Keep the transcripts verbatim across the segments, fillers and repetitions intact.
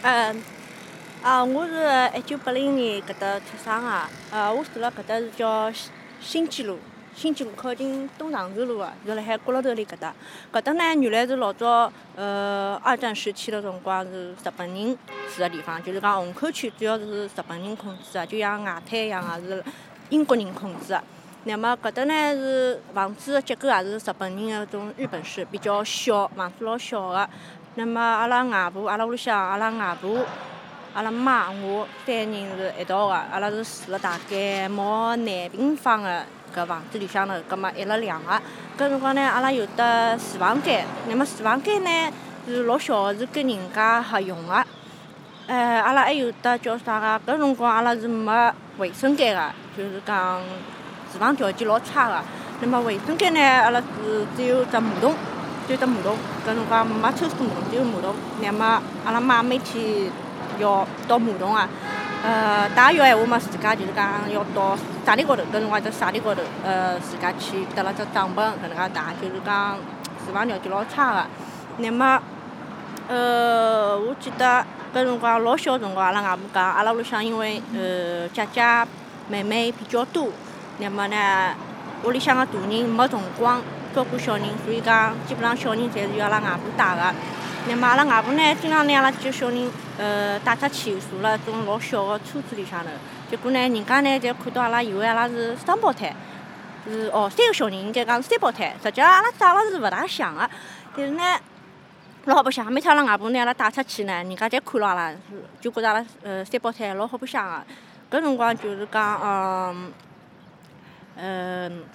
嗯，啊，我是一九八零年搿搭出生个，呃，我住辣搿搭是叫新新基路，新基路靠近东长寿路个，是辣海角落头里搿搭。搿搭呢，原来是老早呃二战时期的辰光是日本人住个地方，就是讲虹口区主要是日本人控制个，就像外滩一样个，是英国人控制个。那么搿搭呢是房子个结构也是日本人个种日本式，比较小，房子老小个。那么阿拉外婆、阿拉屋里向、阿拉外婆、阿拉妈、我三人是一道个，阿拉是住了大概毛廿平方个搿房子里向头，葛末一了两个。搿辰光呢，阿拉有得厨房间，那么厨房间呢是老小个，是跟人家合用个。呃，阿拉还有得叫啥个？搿辰光阿拉是没卫生间个，就是讲厨房条件老差个。那么卫生间呢，阿拉是只有只马桶。就只马桶，搿辰光没抽水马桶，只有马桶。那么阿拉妈每天要倒马桶啊，呃，汏浴闲话嘛，自家就是讲要到沙地高头，搿辰光在沙地高头，呃，自家去搭了只帐篷，搿能介汏，就是讲厨房条件老差个。那么，呃，我记得搿辰光老小辰光，阿拉外婆讲，阿拉屋里向因为呃姐姐妹妹比较多，那么呢，屋里向个大人没辰光照顾小人，所以讲基本上小人侪是由阿拉外婆带个。那么阿拉外婆呢，经常拿阿拉几个小人呃带出去，坐辣种老小个车子里向头。结果呢，人家呢侪看到阿拉，以为阿拉是双胞胎，是哦三个小人应该讲是三胞胎。实际上阿拉长了是勿大像个，但是呢，老好白相。每趟阿拉外婆拿阿拉带出去呢，人家侪看牢阿拉，就觉着阿拉呃三胞胎老好白相个。搿辰光就是讲嗯嗯。呃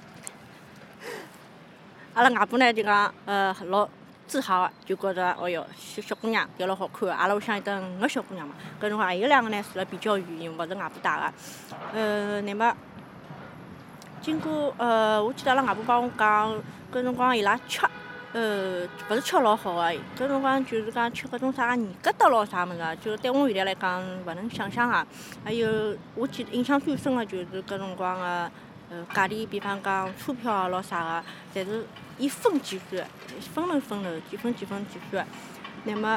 阿拉外婆呢就讲，呃，老自豪个，就觉着，哦哟，小小姑娘侪老好看个。阿拉屋里向有得五个小姑娘嘛，搿辰光还有两个呢住了比较远，勿是外婆带个。呃，那么经过呃，我记得阿拉外婆帮我讲，搿辰光伊拉吃，呃，勿是吃老好个，搿辰光就是讲吃搿种啥年疙瘩咯啥物事，就对我现在来讲勿能想象个。还有，我记得印象最深个就是搿辰光个。呃，价钿比方讲钞票啊，咾啥个，侪是以分计算，分头分头，几分几分计算。那么，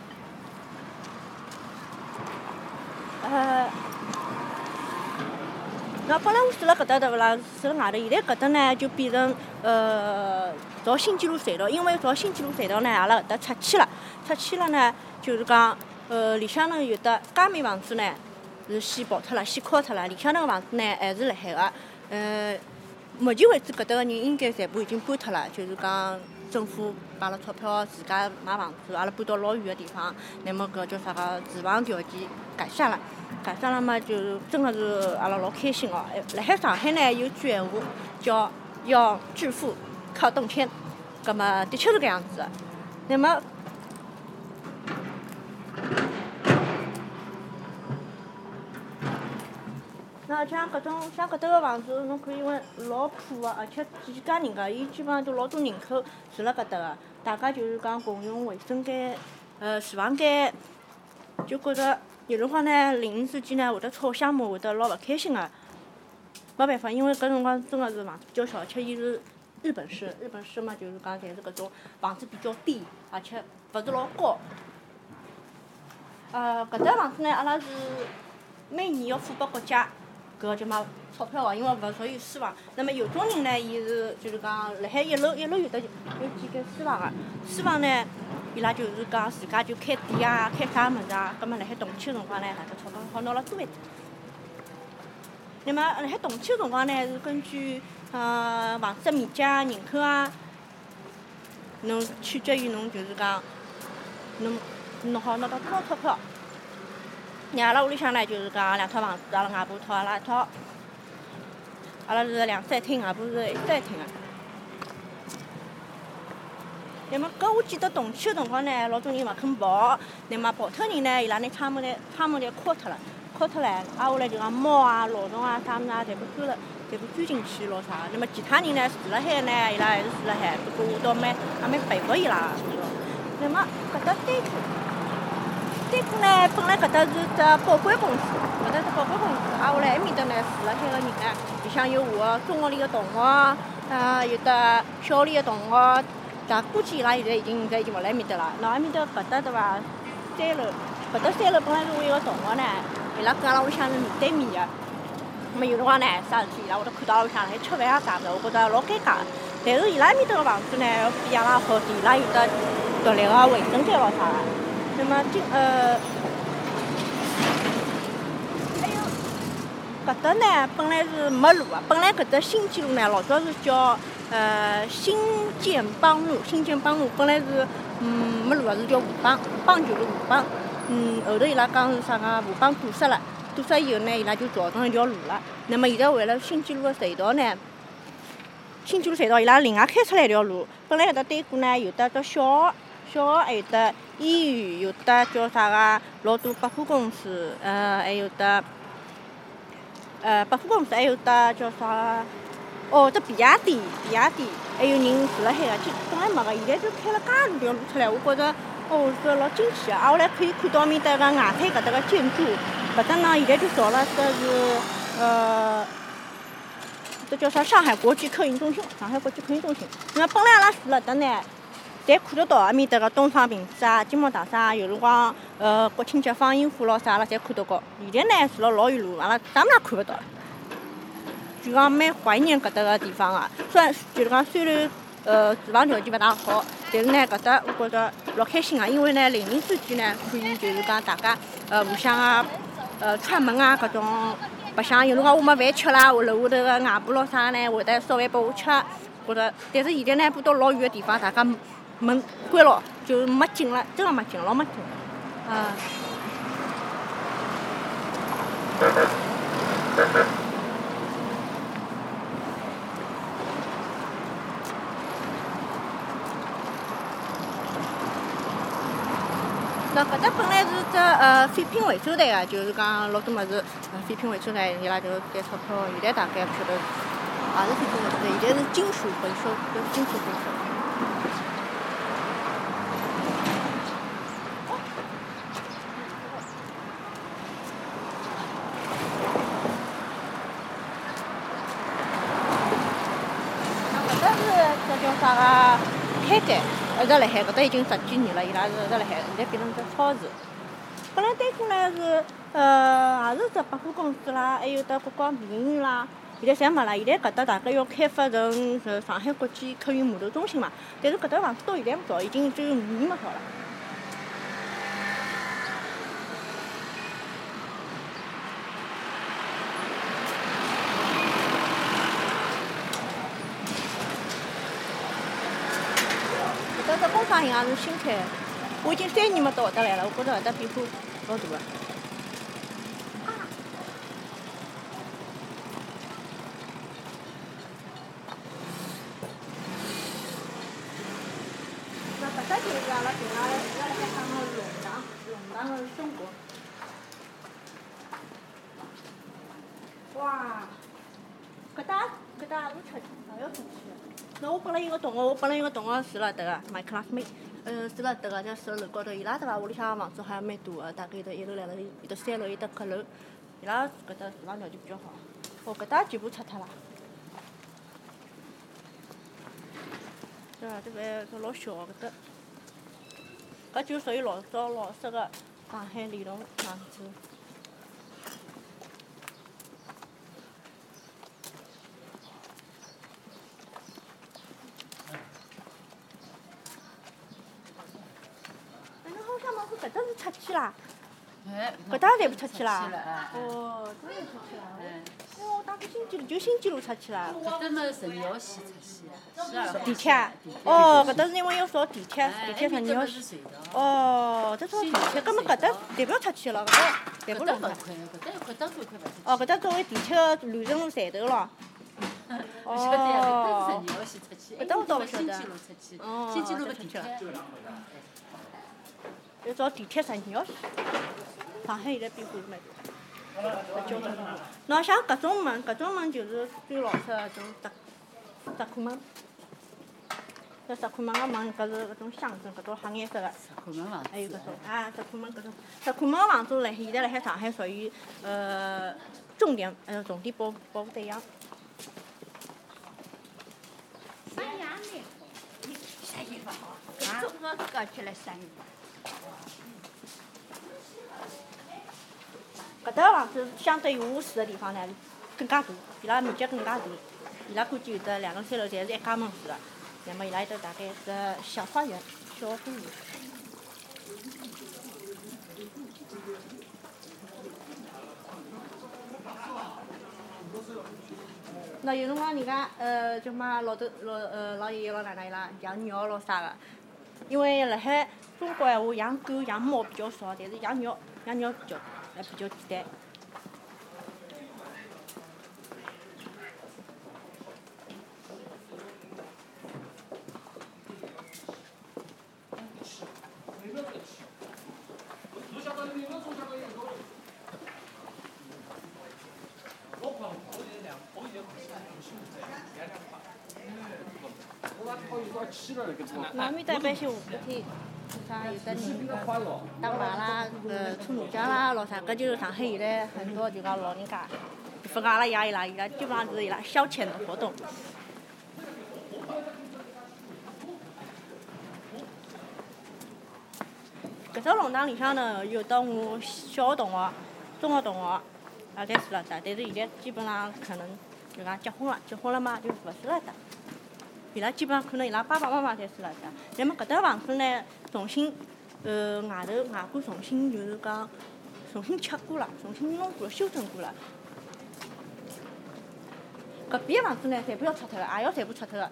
呃，那本来我住辣搿搭对勿啦？住辣外头，现在搿搭呢就变成呃朝新基路隧道，因为朝新基路隧道呢，阿拉搿搭拆迁了，拆迁了呢，就是讲呃里向头有的街面房子呢是先跑脱了，先敲脱了，里向头个房子呢还是辣海个。呃，目前为止，搿搭个人应该全部已经搬脱了，就是讲政府摆了钞票，自家买房子，阿拉搬到老远个地方。那么搿叫啥个住房条件改善了，改善了嘛，就真个是阿拉老开心哦。辣海上海呢有句闲话叫要致富靠动迁，葛末的确是搿样子的。那么那像搿种像搿搭个房子，侬看因为老破个，而且几家人家，伊基本上都老多人口住辣搿搭个，大家就是讲共用卫生间、呃厨房间，就觉着有辰光呢，邻里之间呢会得吵相骂，会得老勿开心个。没办法，因为搿辰光真个是房子比较小，而且伊是日本式，日本式嘛就是讲侪是搿种房子比较低，而且勿是老高。呃，搿搭房子呢，阿拉是每年要付拨国家。搿个叫嘛钞票个，因为勿属于私房。那么有种人呢，伊是就是讲辣海一楼一楼有得有几间私房个，私房呢，伊拉就是讲自家就开店啊，开啥物事啊，葛末辣海动迁个辰光呢，大家钞票好拿了多一点。那么辣海动迁个辰光呢，是根据呃房子面积啊、人口啊，侬取决于侬就是讲侬侬好拿到多少钞票。阿拉屋里向呢，就是讲两套房子，阿拉外婆一套，阿拉一套。阿拉是两室一厅，外婆是一室一厅个。那么搿我记得动迁个辰光呢，老多人勿肯跑，那么跑脱人呢，伊拉拿窗门侪窗门侪敲脱了，敲脱了，挨下来就讲猫啊、老鼠啊啥物事啊，全部钻了，全部钻进去咾啥。那么其他人呢，住辣海呢，伊拉还是住辣海，不过我倒蛮也蛮佩服伊拉个。那么搿搭单车。单车呢，本来搿搭是只保管公司，搿搭是保管公司，挨下来埃面搭呢住辣海个人呢，里向有我个中学里个同学，啊，有的小学里个同学，但估计伊拉现在已经应该已经勿辣埃面搭了。喏，埃面搭搿搭对伐？三楼， 搿搭三楼本来是我一个同学呢，伊拉跟阿拉屋里向是面对面个。那么有辰光呢，啥事体伊拉会得看到阿拉屋里向辣海吃饭啊啥物事，我觉着老尴尬个。但是伊拉埃面搭个房子呢，要比阿拉好点，伊拉有得独立个卫生间咯啥个。那么今呃，还有搿搭呢，本来是没路个，本来搿搭新建路呢，老早是叫呃新建邦路，新建邦路本来是嗯没路个，是叫河浜邦九路河浜。嗯，后头伊拉讲是啥个河浜堵塞了，堵塞以后呢，伊拉就造成一条路了。那么现在为了新建路个隧道呢，新建路隧道伊拉另外开出来一条路，本来搿搭对过呢有得只小学，小学还有得医院，有得叫啥个老多百货公司，呃，还有得呃百货公司，还有得叫啥？哦，只皮鞋店，皮鞋店，还有人住辣海个，就本来没个，现在就开了介大条路出来，我觉着。哦，是老惊喜啊！挨下来可以看到面搭个外滩搿搭个建筑，搿搭呢现在就造了，这是呃，这叫啥？上海国际客运中心，上海国际客运中心。那么本来阿拉住辣搭呢，侪看得到埃面搭个东方明珠啊、金茂大厦啊，有辰光呃国庆节放烟花咯啥啦，侪看得到。现在呢住了老远路，阿拉啥物事也看勿到了。就讲蛮怀念搿搭个地方个，虽然就是讲虽然呃住房条件勿大好。但是呢，搿搭我觉着老开心个，因为呢，邻里之间呢，可以就是讲大家呃互相啊，呃串门啊，搿种白相。有辰光我没饭吃啦，我楼下头个外婆咯啥呢，会得烧饭拨我吃。觉着，但是现在呢，搬到老远个地方，大家门关牢，就没劲了，真个没劲，老没劲啊。那搿搭本来是只呃废品回收站个，就是讲老多物事呃废品回收站，伊拉就赚钞票。现在大概勿晓得，也是废品回收站，现在是金属回收，就是金属回收。那搿搭是这叫啥个开间？一直辣海，搿搭已经十几年了，伊拉是一直辣海，现在变成只超市。本来对过来是呃，也是只百货公司啦，还有得国光皮影院啦，现在侪没了。现在搿搭大概要开发成呃上海国际客运码头中心嘛，但是搿搭房子到现在没造，已经只有五年没造了。搿只工商银行是新开的，我已经三年没到搿搭来了，我觉着搿搭变化老大个。那搿搭就是阿拉平常阿拉辣海讲个弄堂，弄堂个生活。哇，搿搭搿搭也是出也要出去个。那我本来有个同学，我本来有个同学住辣搭个 ，my classmate， 呃，住辣搭个，在住辣楼高头。伊拉对伐？屋里向房子好像蛮大个，大概有得一楼、两楼，有得三楼，有得阁楼。伊拉搿搭住房条件比较好。哦，搿搭全部拆脱了。对伐？这边搿老小个搿搭，搿就属于老早老式个上海联动房子。搿搭是拆迁啦，搿搭全部拆迁啦。哦，真是拆迁啦。因为我当初新建路就新建路拆迁啦。 搿搭么十二号线拆迁， 地铁啊？哦，搿搭是因为要造地铁，地铁十二号线。哦，这造地铁，葛末搿搭代表拆迁了，搿搭全部弄脱。 搿搭一块张块块勿拆迁。 哦，搿搭作为地铁个南城路站头咯。 勿晓得呀，搿搭是十二号线拆迁， 搿搭我倒勿晓得。 新建路拆迁，新建路个地铁。 要造地铁十二号线，上海现在变化是蛮大，交通变化。喏，像搿种门，搿种门就是最老式个种石石库门。搿石库门个门，搿是搿种象征，搿种黑颜色个。 石库门房子。 还有搿种啊，石库门搿种，石库门房子辣现在辣海上海属于呃重点呃重点保保护对象。 三亚呢？三亚勿好，搿种我搞起来三亚。 搿搭房子相对于我住的地方呢更加大，伊拉面积更加大，伊拉估计有得两楼三楼侪是一家门住的，那么伊拉有得大概是小花园、小花园。那有辰光人家呃叫嘛老头老呃老爷爷老奶奶伊拉养鸟咯啥个，因为辣海中国闲话养狗养猫比较少，但是养鸟养鸟比较还比较简单。那面搭一般性下半天，啥有的人打牌啦、呃搓麻将啦咾啥，搿就是上海现在很多就讲老人家，勿讲阿拉爷伊拉，伊拉基本上是伊拉消遣的活动。搿只弄堂里向呢，有的我小学同学、中学同学也侪住辣搭，但是现在基本上可能就讲结婚了，结婚了嘛就勿住辣搭。伊拉基本上可能伊拉爸爸妈妈侪住辣搭。那么搿搭房子呢，重新呃外头外观重新就是讲重新漆过了，重新弄过了，修整过了。隔壁个房子呢，全部要拆脱个，也要全部拆脱个。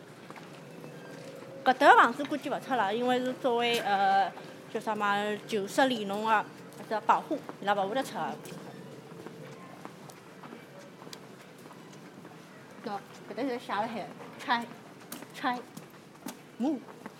搿搭个房子估计勿拆了，因为是作为呃叫啥嘛旧式里弄个一只保护，伊拉勿会得拆个。喏，搿搭现在写了海拆。拆木，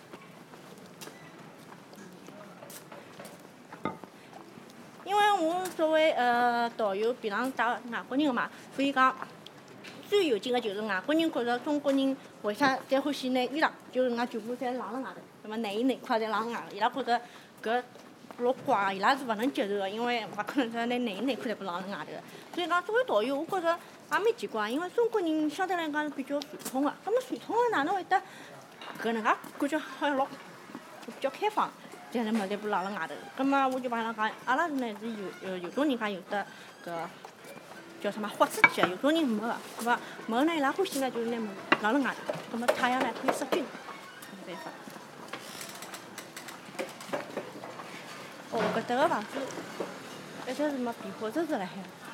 因为我作为呃导游，平常带外国人个嘛，所以讲最有劲个就是外国人觉着中国人为啥侪欢喜拿衣裳，就是人家全部侪晾辣外头，那么内衣内裤侪晾外头，伊拉觉着搿老怪，伊拉是勿能接受个，因为勿可能说拿内衣内裤侪不晾辣外头个。所以讲作为导游，我觉着也蛮奇怪，因为中国人相对来讲是比较传统个，葛末传统个哪能会得？搿能介感觉好像老比较开放，但是么侪部晾辣外头。葛末我就帮伊拉讲，阿拉呢是有呃有种人家有得搿叫什么豁出去个，有种人没个，对伐？没呢伊拉欢喜呢就是拿么晾辣外头，葛末太阳呢可以杀菌，没办法。哦，搿搭个房子一直是没变化，真是辣海。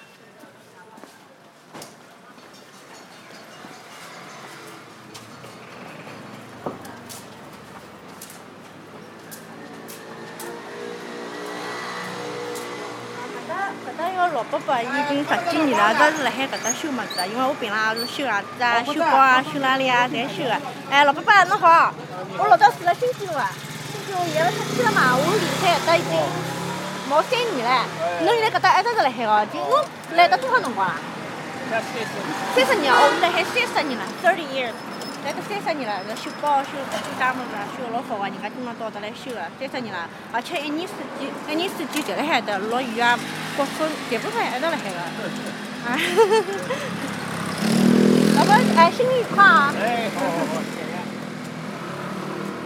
老伯伯已经十几年了，一直是辣海搿搭修么子的，因为我平常也是修鞋子啊、修包啊、修哪里啊，侪修个。哎，老伯伯侬好，我老早住辣新纪路啊，新纪路现在拆迁了嘛，我离开搿搭已经毛三年了。侬现在搿搭一直是辣海哦，就侬来得多少辰光啊？三十年哦，我辣海三十年了 ，thirty years。来得三十年了，是修包、修搿些家么子啊，修得老好个，人家经常到搭来修个，三十年了，而且一年四季，一年四季侪辣海搭，落雨啊、刮风，大部分一直辣海个。啊，老板，哎，新年愉快啊！ 哎，好好好，谢谢。 啊，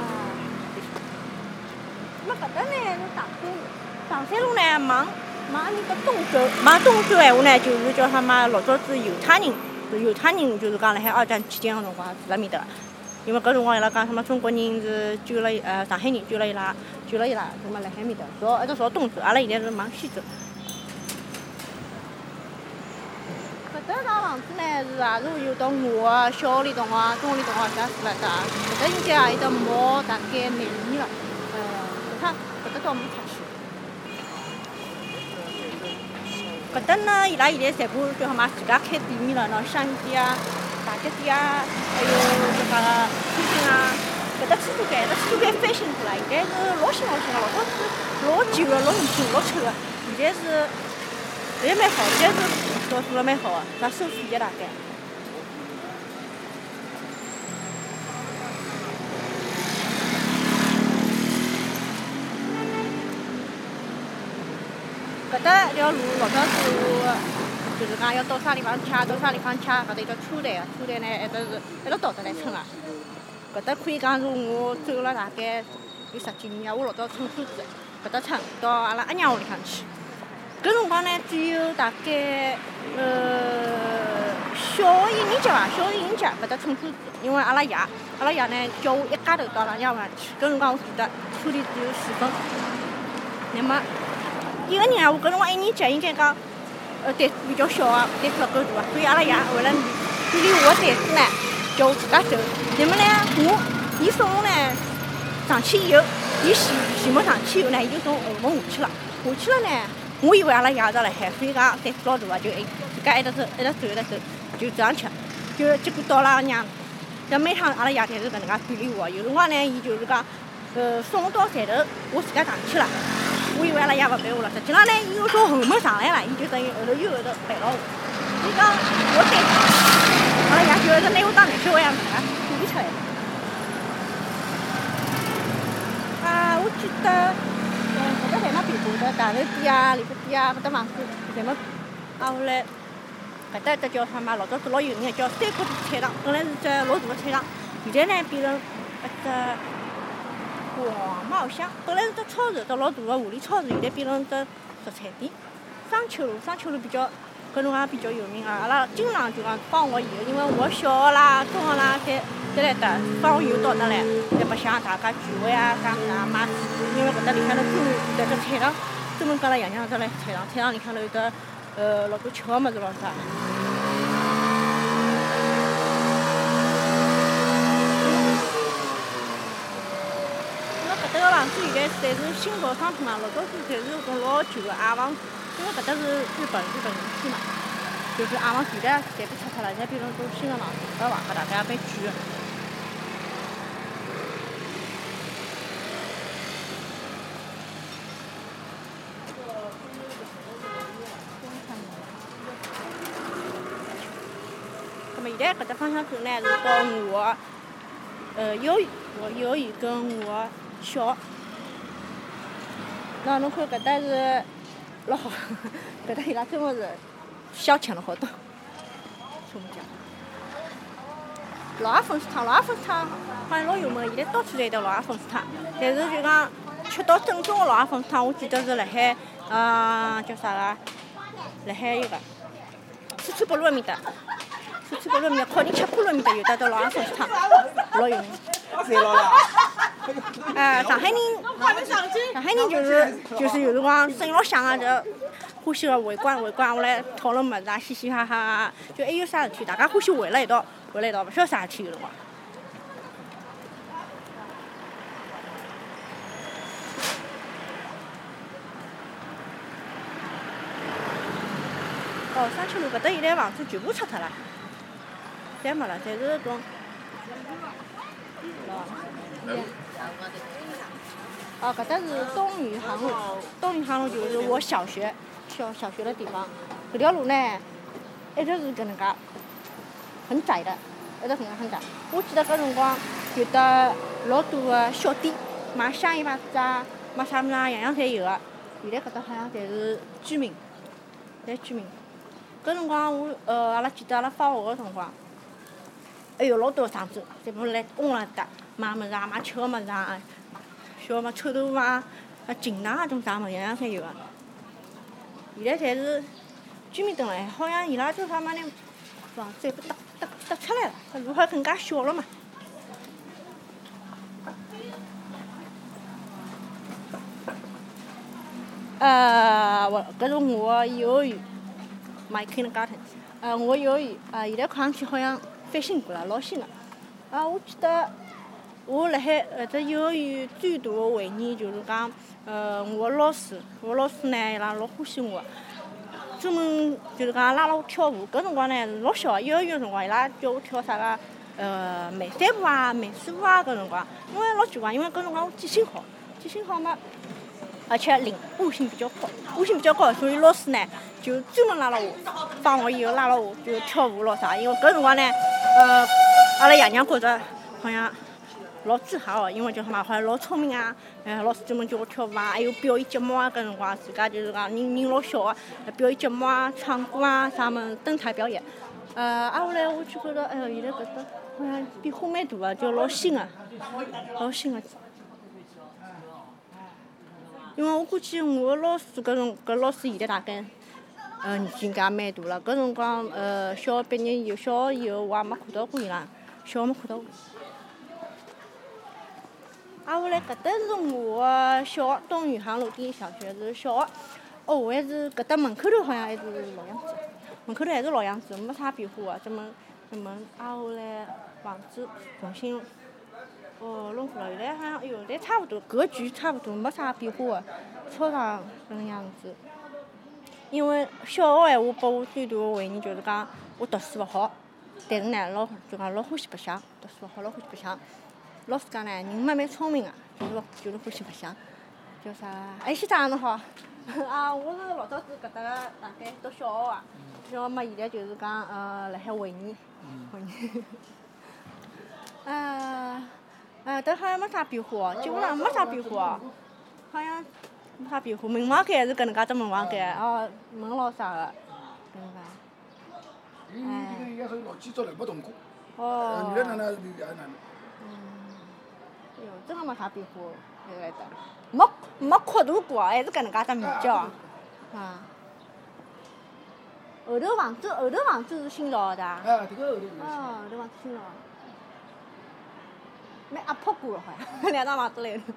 那么搿搭呢是上山路，上山路呢往往那个东走，往东走闲话呢，就是叫啥嘛，老早子犹太人。犹太人就是讲辣海二战期间个辰光住辣面搭个，因为搿辰光伊拉讲什么中国人是救了呃上海人救了伊拉救了伊拉，葛末辣海面搭朝一直朝东走，阿拉现在是往西走。搿搭幢房子呢是也是有得我个小学里同学、中学里同学侪住辣搭，搿搭应该也有得毛大概廿年了，呃，搿趟搿搭倒没拆迁。搿搭呢，伊拉现在全部叫啥嘛，自家开店面了，喏，香烟店啊、大吉店啊，还有就讲个餐厅啊。搿搭厕所间，搿厕所间翻新过了，现在是老新老新个，老早是老旧个、老恶心、老臭个。现在是现在蛮好，现在是做做了蛮好个，啥收费个大概。搿搭条路老早子我就是讲要到啥地方吃，到啥地方吃，搿搭有个车站个，车站呢一直是一直到得来乘个。搿搭可以讲是我走了大概有十几年啊，我老早乘车子， 搿搭村到阿拉阿娘屋里向去。搿辰光呢，只有大概呃小学一年级伐，小学一年级搿搭村子，因为阿拉爷，阿拉爷呢叫我一家头到阿拉娘屋里去。搿辰光我记得车里只有四分，那么一个人啊，我搿辰光一年级，应该讲呃胆子比较小啊，胆子勿够大啊，所以阿拉爷为了锻炼我的胆子呢，叫我自家走。那么呢，我伊送我呢上去以后，伊前前门上去以后呢，伊就从后门下去了。下去了呢，我以为阿拉爷也辣海，所以讲胆子老大啊，就一自家一直走，一直走，一直走，就走上去。就结果到了阿拉娘，像每趟阿拉爷侪是搿能介锻炼我。有辰光呢，伊就是讲，呃，送我到站头，我自家上去了。我以为阿拉爷勿陪我了，实际上呢，伊又从后门上来了，伊就等于后头又后头陪牢我。所以讲，我胆子，阿拉爷就一直拿我当男小孩一样搿能介锻炼出来的。啊，我记得，嗯，搿搭侪没变过的，大头店啊、里布店啊，搿搭房子侪没。啊，后来搿搭一只叫啥嘛？老早子老有名个叫三角地菜场，本来是只老大个菜场，现在呢变成一只广茂乡。本来是只超市，只老大个华丽超市，现在变成只食材店。商丘路，商丘路比较搿辰光比较有名啊！阿拉经常就讲放学以后，因为我小学啦、中学啦，侪侪来搭，放学以后到搭来，来白相，大家聚会啊，干啥买水果，因为搿搭里向头专门在搿菜场，专门跟阿拉爷娘搭来菜场，菜场里向头有得呃老多吃个物事咾啥。搿个房子现在侪是新造商品嘛，老早子侪是搿种老旧个矮房子，因为搿搭是日本日本园区嘛，就是矮房全部侪被拆脱了，现在变成种新个房子，搿房子大概也蛮贵个。那么现在搿搭方向走呢，是到我呃幼儿园，我幼儿园跟我小学。那侬看搿搭是老好，搿搭伊拉专门是消遣了好多。什么讲？老鸭粉丝汤，老鸭粉丝汤好像老有名，现在到处侪有得老鸭粉丝汤。但是就讲吃到正宗的老鸭粉丝汤，我记得是辣海呃叫啥个？辣海一个四川北路埃面搭，四川北路埃面搭靠近吃铺路埃面搭有得只老鸭粉丝汤，老有名。哎，上海人，上海人就是就是有辰光声音老响啊，就欢喜个围观围观，下来讨论物事啊，嘻嘻哈哈啊，就还有啥事体，大家欢喜围了一道，围了一道，勿晓得啥事体有辰光。哦，商丘路搿搭现在房子全部拆脱了，侪没了，侪是种。哦，搿搭是东余杭路，东余杭路就是我小学小小学的地方。搿条路呢，一直是搿能介，很窄的，一直很很窄。我记得搿辰光有得老多个小店，卖香烟牌子啊，卖啥物事啊，样样侪有个。现在搿搭好像侪是居民，侪居民。搿辰光我呃，阿拉记得阿拉放学个辰光，哎哟，老多个厂子，全部来嗡辣搭卖物事啊，卖吃个物事啊。小嘛臭豆腐啊、啊锦囊啊种啥物事，样样侪有个。现在侪是居民蹲辣海，好像伊拉叫啥嘛呢？房子全部搭搭搭出来了，搿路好更加小了嘛。呃，我搿是我幼儿园 ，my kindergarten。呃，我幼儿园啊，现在看上去好像翻新过了，老新个。啊，我记得。我辣海搿只幼儿园最大个回忆就是讲，呃，我老师，我老师呢，伊拉老欢喜我，专门就是讲拉了我跳舞。搿辰光呢是老小个，幼儿园辰光，伊拉叫我跳啥个，呃，慢三步啊、慢四步啊。搿辰光，因为老奇怪，因为搿辰光我记性好，记性好嘛，而且领悟性比较高，悟性比较高，所以老师呢就专门拉了我，放学以后拉了我就跳舞咯啥。因为搿辰光呢，呃，阿拉爷娘觉着好像。老自豪个，因为叫什么，好像老聪明啊！哎，老师专门叫我跳舞啊，还有表演节目啊，搿辰光自家就是讲人人老小个，表演节目啊、唱歌啊啥物事登台表演。呃，挨下来我就觉着，哎哟，现在搿搭好像变化蛮大个，就老新个，老新个。 因为我估计我老师搿种搿老师现在大概，呃年纪应该也蛮大了。搿辰光呃小学毕业以后，小学以后我也没看到过伊拉，小学没看到过。啊，后来搿搭是我个小学，东余杭路第一小学是小学。哦，还是搿搭门口头好像还是老样子，门口头还是老样子，没啥变化个。这门这门啊，后来房子重新哦弄过了，现在好像哎哟，现在差不多格局差不多，没啥变化个。操场搿能样子。因为小学闲话拨我最大个回忆就是讲我读书勿好，但是呢老就讲老欢喜白相，读书勿好老欢喜白相。老师讲呢，人蛮蛮聪明个，就是就是欢喜白相。叫啥？哎，先生侬好。啊，我是老早子搿搭个大概读小学个，小学嘛现在就是讲呃辣海会议，会议。啊，啊，但好像没啥变化哦，基本上没啥变化哦，好像没啥变化。门房间还是搿能介只门房间，哦，门咾啥个，搿能介。 伊这个应该说老建筑了，没动过。 哦。 原来哪能也哪能。 哎哟，真个没啥变化，现在搭，没没扩大过，还是搿能介只面积哦。啊。后头房子后头房子是新造的啊？ 啊，这个后头。 哦，后头房子新造。蛮压迫过的好像，两幢房子来头。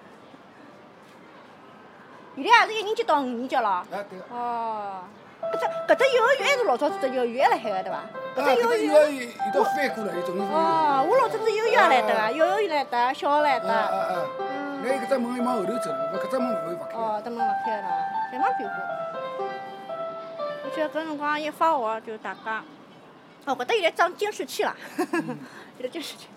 现在也是一年级到五年级了。 啊，对。 哦。搿只搿只幼儿园还是老早子只幼儿园辣海个对伐？搿只幼儿园。 伊都翻过了，伊总是。 哦，我老早子幼儿园来得个，幼儿园来得，小学来得。 啊啊啊！那搿只门伊往后头走，勿搿只门勿会勿开。 哦，这门勿开了，侪没变化。而且搿辰光一放学就大家，哦，搿搭现在装监视器了，现在监视器。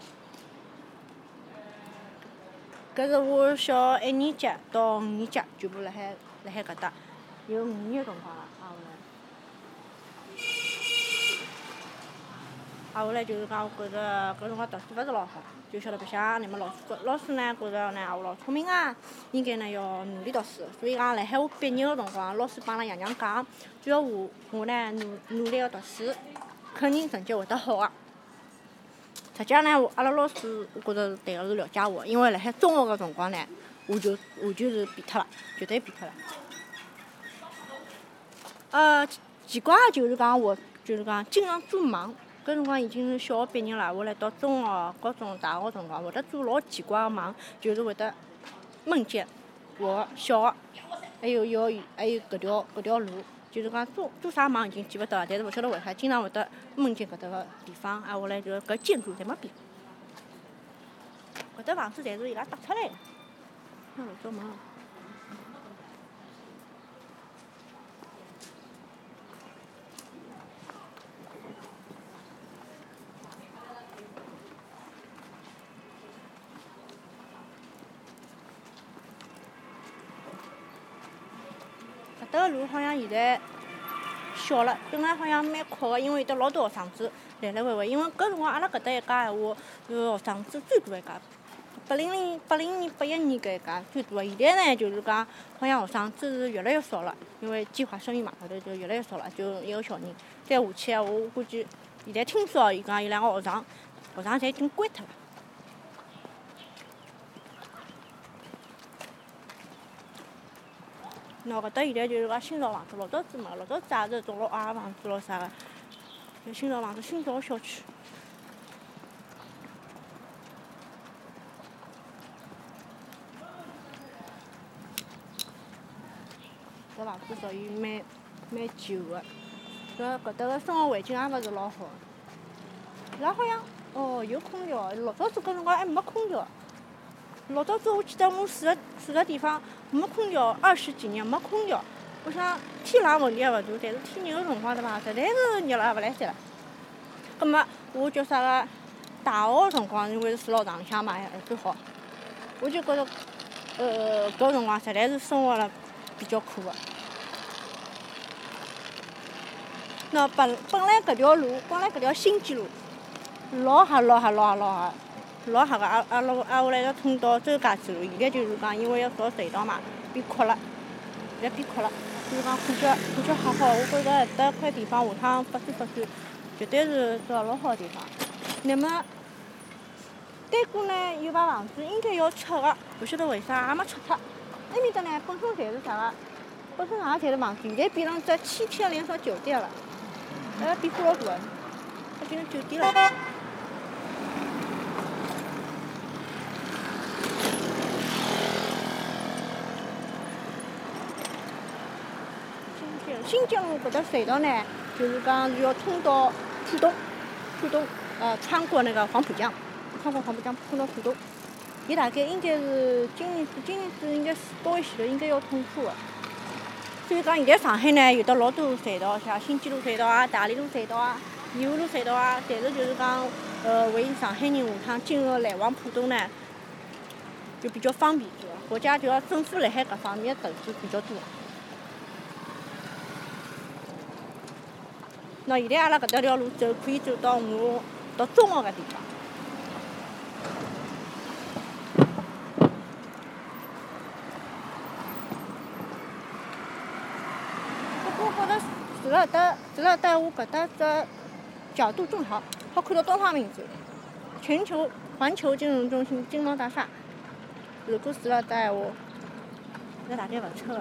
搿是我小学一年级到五年级，全部辣海辣海搿搭，有五年个辰光了，啊后来。啊后来就是讲，我觉着搿辰光读书勿是老好，就晓得白相，乃末老师觉老师呢觉着呢我老聪明啊，应该呢要努力读书，所以讲辣海我毕业个辰光，老师帮阿拉爷娘讲，只要我我呢努努力个读书，肯定成绩会得好个。实际上呢，阿拉老师我觉着对个是了解我，因为辣海中学个辰光呢，我就完全是变脱了，绝对变脱了。呃，奇怪个就是讲我就是讲经常做梦。搿辰光已经是小学毕业了，我来到中学、高中、大学辰光，会得做老奇怪个梦，就是会得梦见我小学，还有幼儿园，还有搿条搿条路，就是讲做做啥梦已经记勿得了，但是勿晓得为啥，经常会得梦见搿搭个地方，啊，后来就搿建筑侪没变，搿搭房子侪是伊拉搭出来个，那老早门。搿搭个路好像现在小了，本来好像蛮阔个，因为有得老多学生子来来回回。因为搿辰光阿拉搿搭一家闲话，是学生子最多一家。八零零八零年八一年搿一家最多个。现在呢，就是讲好像学生子是越来越少了，因为计划生育嘛，后头就越来越少了，就一个小人。再下去闲话，我估计现在听说伊讲有两个学堂，学堂侪已经关脱了。喏，搿搭现在就是讲新造房子，老早子没，老早子也是种老矮个房子咯啥个，就新造房子、新造个小区。搿房子属于蛮蛮旧个，搿搿搭个生活环境也勿是老好。伊拉好像哦有空调，老早子搿辰光还没空调。老早子我记得我住个住个地方没空调，二十几年没空调。我想天冷问题也勿大，但是天热个辰光对伐，实在是热了也勿来三了。葛末我叫啥个？大学个辰光因为是住牢房里向嘛，还最好。我就觉着，呃，搿个辰光实在是生活了比较苦个。喏，本本来搿条路，本来搿条新基路，老黑老黑老黑老黑。老黑个，阿阿拉挨下来要通到周家嘴路，现在就是讲因为要造隧道嘛，变阔了，现在变阔了，就是讲感觉感觉还好。我觉着搿搭块地方下趟发展发展，绝对是个老好个地方。那么，对过呢有排房子应该要拆个，勿晓得为啥也没拆脱。 埃面搭呢本身侪是啥个？本身也侪是房子，现在变成只千天连锁酒店了。哎，变化老大个，它变成酒店了。新街路搿条隧道呢，就是讲是要通到浦东，浦东呃穿过那个黄浦江，穿过黄浦江通到浦东。伊大概应该是今年子今年子应该八月前头应该要通车的。所以讲现在上海呢有得老多隧道，像新街路隧道啊、大理路隧道啊、延安路隧道啊，侪是就是讲呃为上海人下趟今后来往浦东呢就比较方便些。国家就要政府辣海搿方面的投资比较多。那现在阿拉搿条条路走可以走到我到中学个地方。不过我觉着住辣搿搭，住辣搿搭，我搿搭只角度正好，好看到东方明珠、全球环球金融中心金融大厦。如果住辣搿搭闲话，那大概勿错个。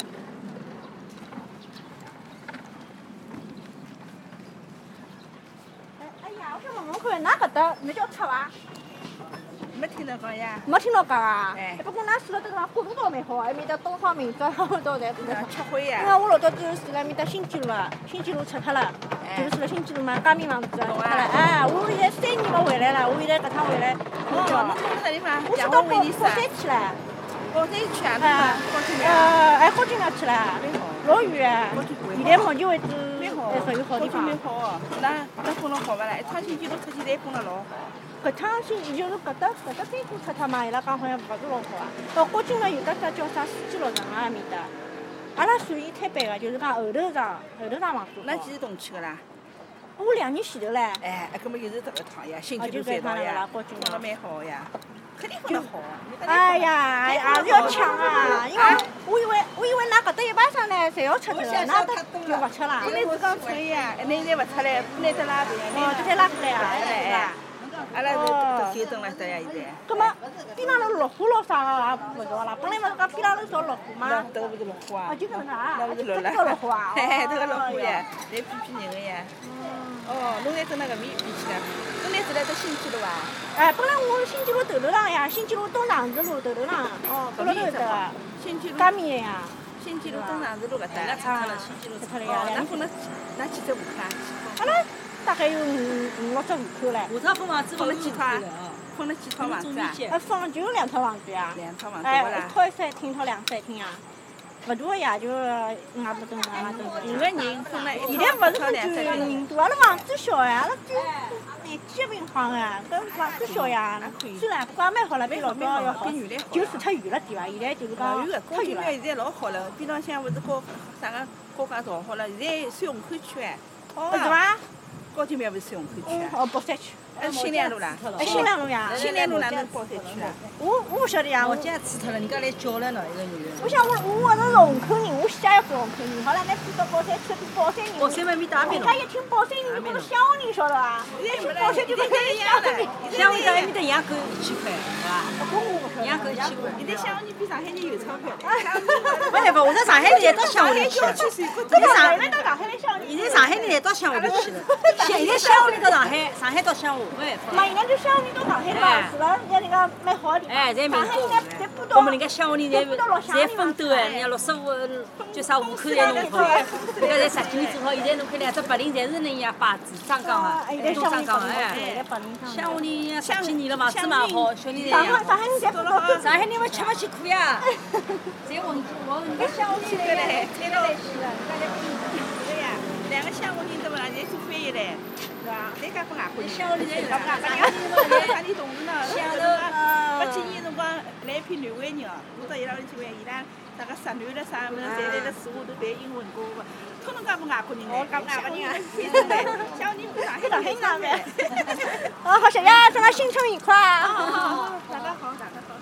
我看，㑚搿搭没叫吃伐？ 没听到讲呀。 没听到讲啊？ 哎。 不过㑚住辣迭地方活动倒蛮好啊，埃面搭东方明珠、好多侪蛮好。 吃灰呀。 因为我老早就是住辣埃面搭新街路啊，新街路拆脱了，就是住辣新街路嘛，嘉明房子拆脱了。哎，我现在三年没回来了，我现在搿趟回来。 哦，侬住辣啥地方？ 我去到宝宝山去了。 宝山去啊？哎。高级呃，哎，高级那去了。老远。现在目前为止还属于好地方。 蛮好哦。那那分了好勿啦？一趟新街路出去侪分了老。 搿趟新就是搿搭搿搭山坡拆脱嘛，伊拉讲好像勿是老好啊。到国境呢有得只叫啥四季乐城啊埃面搭，阿拉属于摊板个，就是讲后头场后头场房子。 那几时动去个啦？ 我两年前头唻。 哎，搿么就是这个趟呀，新街路隧道呀，分了蛮好呀。肯定分得好。 哎呀，也是要抢啊！因为我以为我以为㑚搿搭一排商呢，侪要吃脱，㑚搭就勿吃啦。 本来是讲出呀，那现在勿出来，拿得拉平。 哦，这才拉过来啊，是吧？ 阿拉是特天蹲辣搭呀，现在。 葛末边浪头落花咯啥个也勿着啦，本来勿是讲边浪头少落花吗？ 迭个勿是落花啊？ 哦，就搿能介啊？ 那勿是落了？ 这个落花啊？ 嘿嘿，迭个落花呀，来骗骗人个呀。哦，侬侪蹲辣搿面边去了，侬侪住辣搭新街路啊？ 哎，本来我新街路头头上呀，新街路东长治路头头上， 哦， 搿面有得个。 新街路。 加面呀。 新街路东长治路搿搭。 拆脱了，拆脱了呀。 哪分了？哪几只户口啊？ 阿拉大概有五五六只户口唻。 下趟分房子分了几套啊？分了几套房子啊？ 呃，分了就两套房子呀。 两套房子哎， 勿啦？ 一套一室一厅，一套两室一厅啊。勿大个呀，就五外头五外头。 五个人分了一现在勿是分两就室人多，阿拉房子小呀，阿拉就廿几平方啊，搿房子小呀。虽然不过也蛮好了，比老早要好，就除脱远了点伐？现在就是讲太远了。现在老好了，边浪向勿是高啥个高架造好了，现在算虹口区哎。 哦。是伐？ 高级庙勿是算虹口区啊？ 哦，宝山区。 哎，新亮路啦。 哎，新亮路呀。 新亮路哪能宝山区啊？ 我我勿晓得呀。 我家辞脱了，人家来叫了喏，一个女的。 我想我我是龙口人，我家也是龙口人。好了，那去到宝山去，听宝山人。 宝山嘛，面搭面人家一听宝山人，就觉着乡下人晓得伐？一听宝山就觉着乡下人。 乡下人到埃面搭养狗一千块，是伐？养狗一千块。 现在乡下人比上海人有钞票。 没办法，我在上海人也到乡下里去了。现在上海到上海来乡下人。 现在上海人也到乡下里去了。现在乡下人到上海，上海到乡下，没办法。 嘛，现在就乡下人到上海对伐？住了人家那个蛮好的地方。 哎，侪蛮多。 侪搬到。 我们人家乡下人侪侪分兜哎，人家六十五就啥户口侪弄好，人家侪十几年做好，现在侬看两只白领侪是恁样摆子，张江啊，东张江哎。乡下人十几年了，房子蛮好，小人侪养好。 上海人侪做了好。 上海人嘛吃勿起苦呀，侪混混。 人家乡下人嘞，开到来去了，人家对呀，两个乡下人对勿啦？侪做翻译嘞，是伐？侪讲拨外国人。 乡下人侪讲拨外国人。啥地同事呢？ 乡头八几年辰光来一批南湾人哦，我到伊拉屋里去问，伊拉啥个直男了啥物事，侪在辣树下头谈英文跟我，统统讲拨外国人嘞。讲外国人啊，乡下人跟上海上海人呗。 哦，好，小丫，祝他新春愉快。 好好好，大家好，大家好。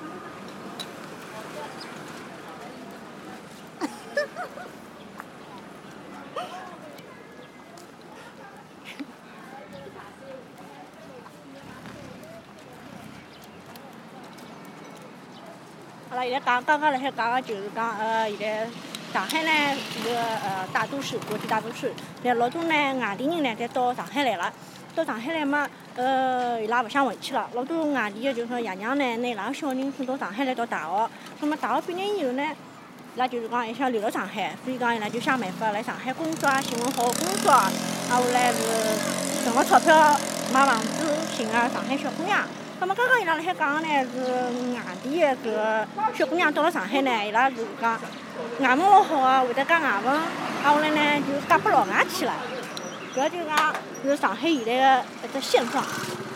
阿拉现在讲刚刚辣海讲个就是讲呃，现在上海呢是个呃大都市，国际大都市。但老多呢外地人呢，侪到上海来了。到上海来嘛，呃，伊拉勿想回去了。老多外地个就是说爷娘呢，拿伊拉个小人送到上海来读大学。那么大学毕业以后呢，伊拉就是讲还想留辣上海，所以讲伊拉就想办法来上海工作啊，寻份好工作啊，啊后来是挣了钞票买房子，寻个上海小姑娘。那么刚刚伊拉辣海讲个呢是外地个搿个小姑娘到了上海呢，伊拉是讲外文老好个，会得讲外文，啊后来呢就嫁拨老外去了。搿就是讲是上海现在个一只现状。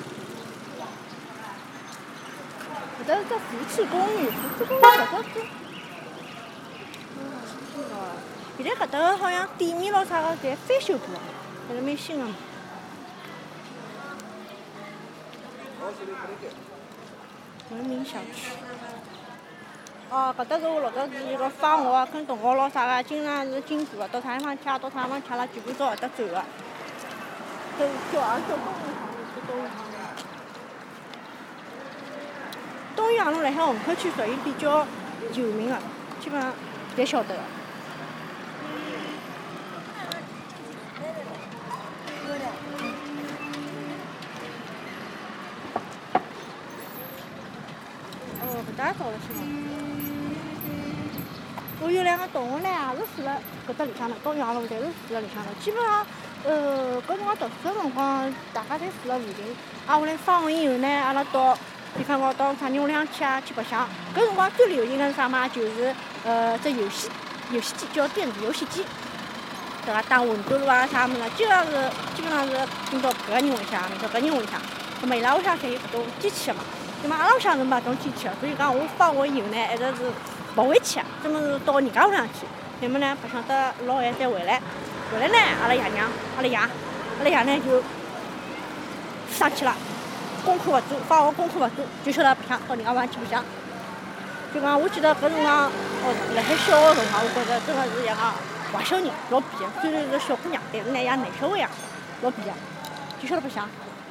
搿搭是只福气公寓，福气公寓搿搭是，哦，现在搿搭个好像店面咯啥个侪翻修过，还是蛮新个嘛。文明小区。哦，搿搭是我老早是一个放学跟同学咯啥个，经常是经过个，到啥地方吃，到啥地方吃了，全部到搿搭走个。都小儿小动物场是东鱼塘路。东鱼塘路辣海虹口区属于比较有名个，基本上侪晓得个。哦，搿搭也到了去了。我有两个同学呢，也是住辣搿搭里向头，东阳路侪是住辣里向头。基本上，呃，搿辰光读书个辰光，大家侪住辣附近。啊，后来放学以后呢，阿拉到，比方讲到啥人屋里向去啊，去白相。搿辰光最流行个是啥嘛？就是呃，只游戏游戏机叫电子游戏机，对伐？打魂斗罗啊啥物事，基本上是基本上是进到搿个人屋里向，进到搿人屋里向。葛末伊拉屋里向侪有搿种机器个嘛。那么阿拉屋里向是没搿种机器个，所以讲我放学以后呢，一直是。勿回去啊，专门是到人家屋里向去。那么呢，白相得老晚再回来。回来呢，阿拉爷娘，阿拉爷，阿拉爷呢就生气了，功课勿做，放学功课勿做，就晓得白相，到人家屋里向去白相。就讲，我记得搿辰光，哦，辣海小学辰光，我觉着真个是一个坏小人，老皮个。虽然是小姑娘，但是呢，像男小孩一样，老皮个，就晓得白相。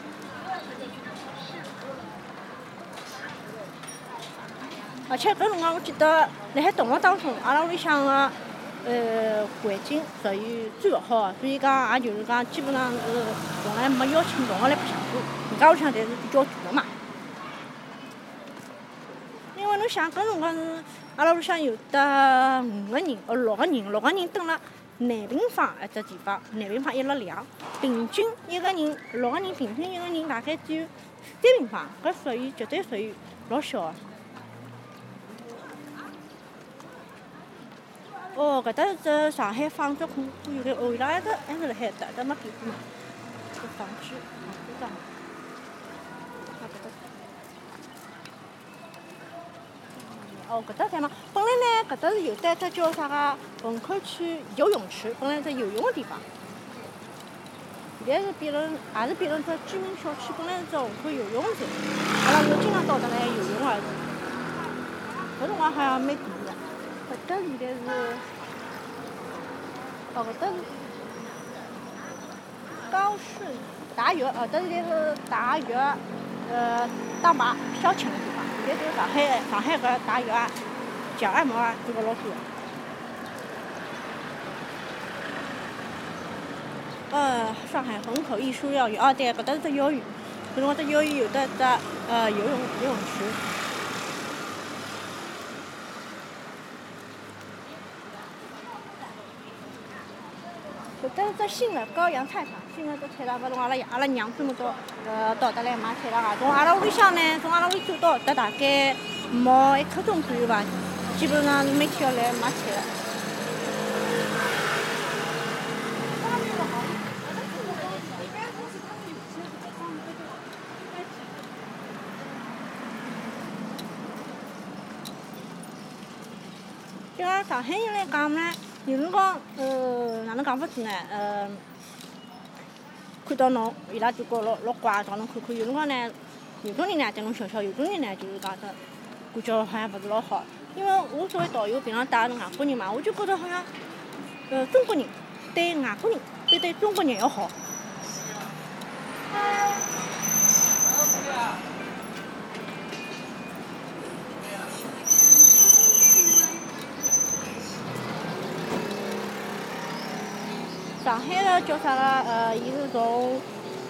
而且搿辰光，我记得辣海同学当中，阿拉屋里向个呃环境属于最勿好个，所以讲也就是讲，基本上是从来没邀请同学来白相过。人家屋里向侪是比较大个嘛。因为侬想搿辰光是阿拉屋里向有得五个人，哦六个人，六个人蹲辣南平坊一只地方，南平坊一六两，平均一个人六个人，平均一个人大概只有三平方，搿属于绝对属于老小个。哦，搿搭是只上海纺织库，我有点哦，伊拉还是还是辣海搭，搭没变过嘛。搿纺织，纺织厂。啊，搿搭。哦，搿搭啥嘛？本来呢，搿搭是有得只叫啥个虹口区游泳池，本来是只游泳个地方。现在是变成，也是变成只居民小区，本来是只虹口游泳池，阿拉是经常到搭来游泳个。搿辰光好像蛮大个。搿搭现在是，哦，搿搭是高顺达悦，哦，搿现在是达悦，呃，打牌消遣个地方。现在就是上海上海搿达悦啊、脚按摩啊，做个老多个。呃，上海虹口艺术幼儿园，哦对，搿搭是只幼儿园，搿辰光只幼儿园有得只呃游泳游泳池。搿搭是只新的高阳菜场，新的只菜场，搿辰光阿拉爷阿拉娘专门到呃到搭来买菜场啊。从阿拉屋里向呢，从阿拉屋里走到搿搭大概毛一刻钟左右吧，基本上是每天要来买菜的。就讲上海人来讲呢，有辰光呃哪能讲法子呢？呃，看到侬，伊拉就觉老老怪，找侬看看。有辰光呢，有种人呢对侬笑笑，有种人呢就是讲得感觉好像勿是老好。因为我作为导游，平常带个是外国人嘛，我就觉得好像呃中国人对外国人比对中国人要好。 上海的叫啥个？呃，伊是从，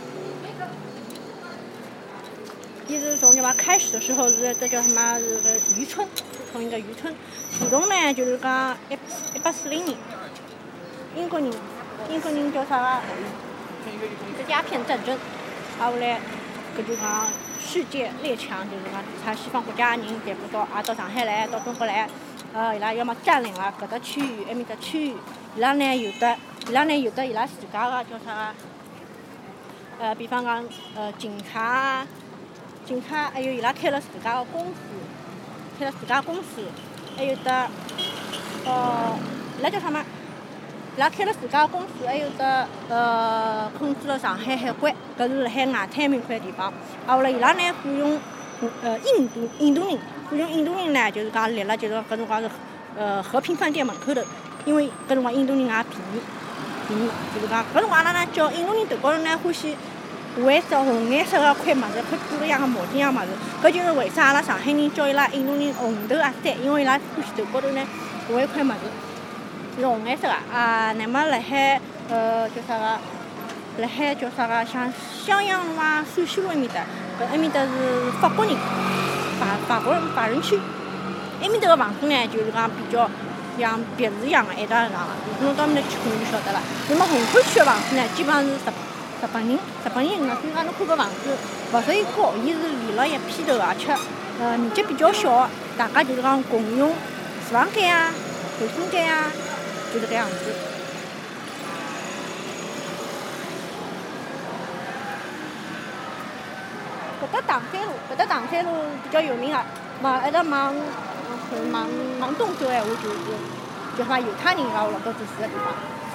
伊是从什么开始的时候是这叫什么？是个渔村，从一个渔村。自从呢，就是讲一一八四零年，英国人，英国人叫啥个？这鸦片战争，啊后来，搿就讲世界列强，就是讲其他西方国家的人全部到也到上海来，到中国来。呃，伊拉要么占领了搿只区域，埃面只区域，伊拉呢有的，伊拉呢有的伊拉自家个叫啥个？呃，比方讲，呃，警察，警察，还有伊拉开了自家个公司，开了自家公司，还有的，呃，伊拉叫啥么？伊拉开了自家个公司，还有的呃控制了上海海关，搿是辣海外滩面块地方。啊，后来伊拉呢雇佣呃印度印度人。雇佣印度人呢，就是讲立了，就是搿辰光是呃和平饭店门口头，因为搿辰光印度人也便宜，便宜，就是讲搿辰光阿拉呢叫印度人头高头呢欢喜颜色红颜色个块物事，块布一样个毛巾样物事，搿就是为啥阿拉上海人叫伊拉印度人红头阿三，因为伊拉欢喜头高头呢画一块物事是红颜色个啊。那么辣海呃叫啥个？辣海叫啥个？像襄阳路啊、陕西路埃面搭，搿埃面搭是法国人。法法国人法人区，埃面搭个房子呢，就是讲比较像别墅一样个，一幢一幢个。侬到埃面搭去看就晓得了。那么虹口区个房子呢，基本上是日日本人，日本人个，所以讲侬看搿房子勿属于高，伊是连了一片头，而且呃面积比较小，大家就是讲共用厨房间啊、卫生间啊，就是搿样子。搿搭唐山路，搿搭唐山路比较有名个，往一直往往往东走闲话，就是叫啥犹太人老老早住住个地方。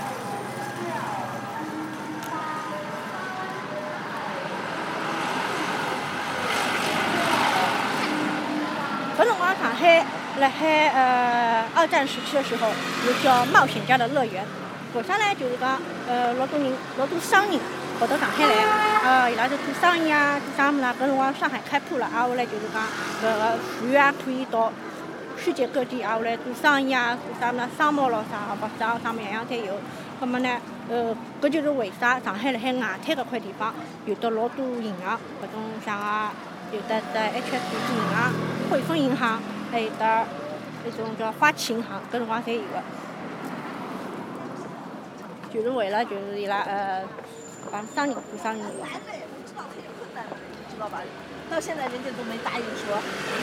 搿辰光上海辣海呃二战时期的时候，有叫冒险家的乐园。为啥呢？就是讲呃老多人老多商人跑到上海来，呃伊拉就做生意啊，做啥物事啊？搿辰光上海开埠了，啊后来就是讲搿个富裕啊可以到世界各地，啊后来做生意啊，做啥物事商贸咯啥，服装啥物事样样侪有。葛末呢，呃搿就是为啥上海辣海外滩搿块地方有得老多银行，搿种像啊有得得 H S B C 银行、汇丰银行，还有得一种叫花旗银行，搿辰光侪有个。就是为了就是伊拉呃帮商人做生意。 知道吧？到现在人家都没答应说。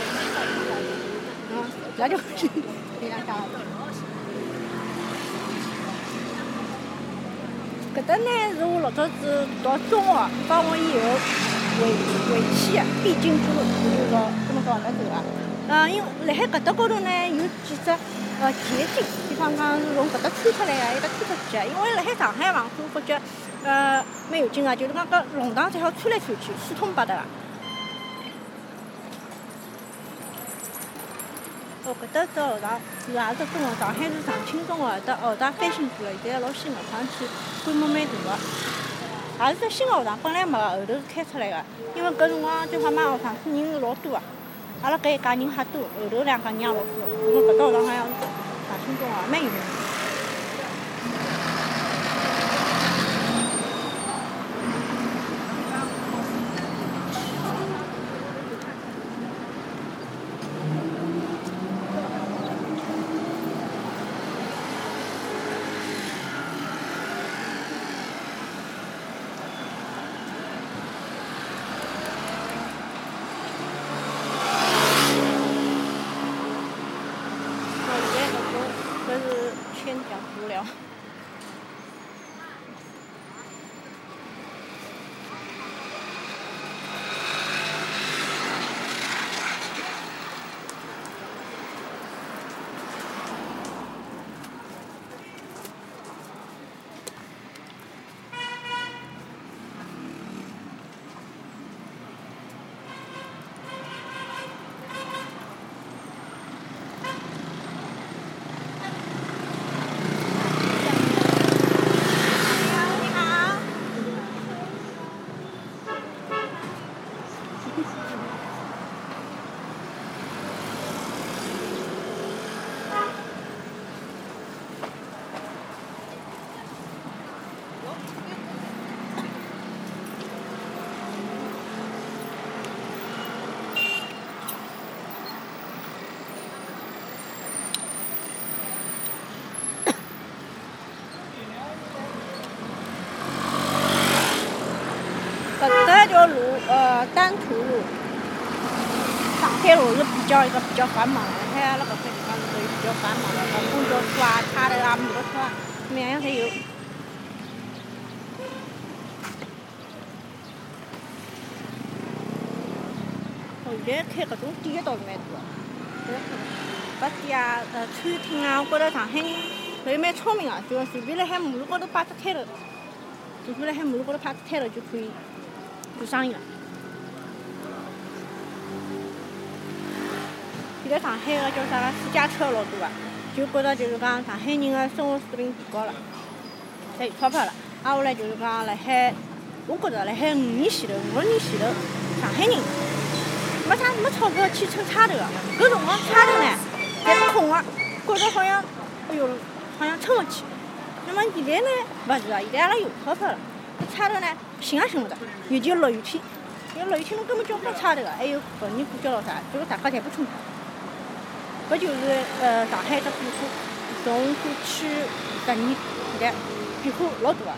嗯，那就非常想。搿搭呢是我老早子读中学，放学以后回回去的必经之路，就是说这么早来走啊。呃，因为辣海搿搭高头呢有几只呃捷径，比方讲是从搿搭穿出来个，一搭穿出去个。因为辣海上海房子，我发觉呃蛮有劲个，就是讲搿弄堂最好穿来穿去，四通八达个。哦，搿搭只学堂是也是中学，上海是长青中学，搭学堂翻新过了，现在老新个，看上去规模蛮大个。也是只新个学堂，本来没个，后头是开出来个。因为搿辰光叫啥嘛，学堂子人是老多个。阿拉搿一家人还多，后头两家人也老多。因为搿搭学堂好像是长青中学，蛮有名。 个路，呃，丹徒路、上海路是比较一个比较繁忙的，海那个块地方是属于比较繁忙的，像公交车啊、卡头啊、摩托车啊，每样侪有。现在开搿种店倒是蛮多的，搿店啊、呃餐厅啊，我觉着上海人侪蛮聪明个，就随便辣海马路高头摆只摊头，随便辣海马路高头摆只摊头就可以做生意了。现在上海个叫啥个私家车老多个，就觉着就是讲上海人个生活水平提高了，侪有钞票了。挨下来就是讲辣海，我觉着辣海五年前头、五六年前头，上海人。没啥没钞票去乘差头个，搿辰光差头呢，侪是空个，觉着好像，哎哟，好像乘勿起。那么现在呢，勿是个，现在阿拉有钞票了，差头呢寻也寻勿着，尤其落雨天，因为落雨天侬根本叫不到差头个，还有逢年过节咯啥，结果大家侪不乘。搿就是呃上海的变化，从过去十年现在变化老大个。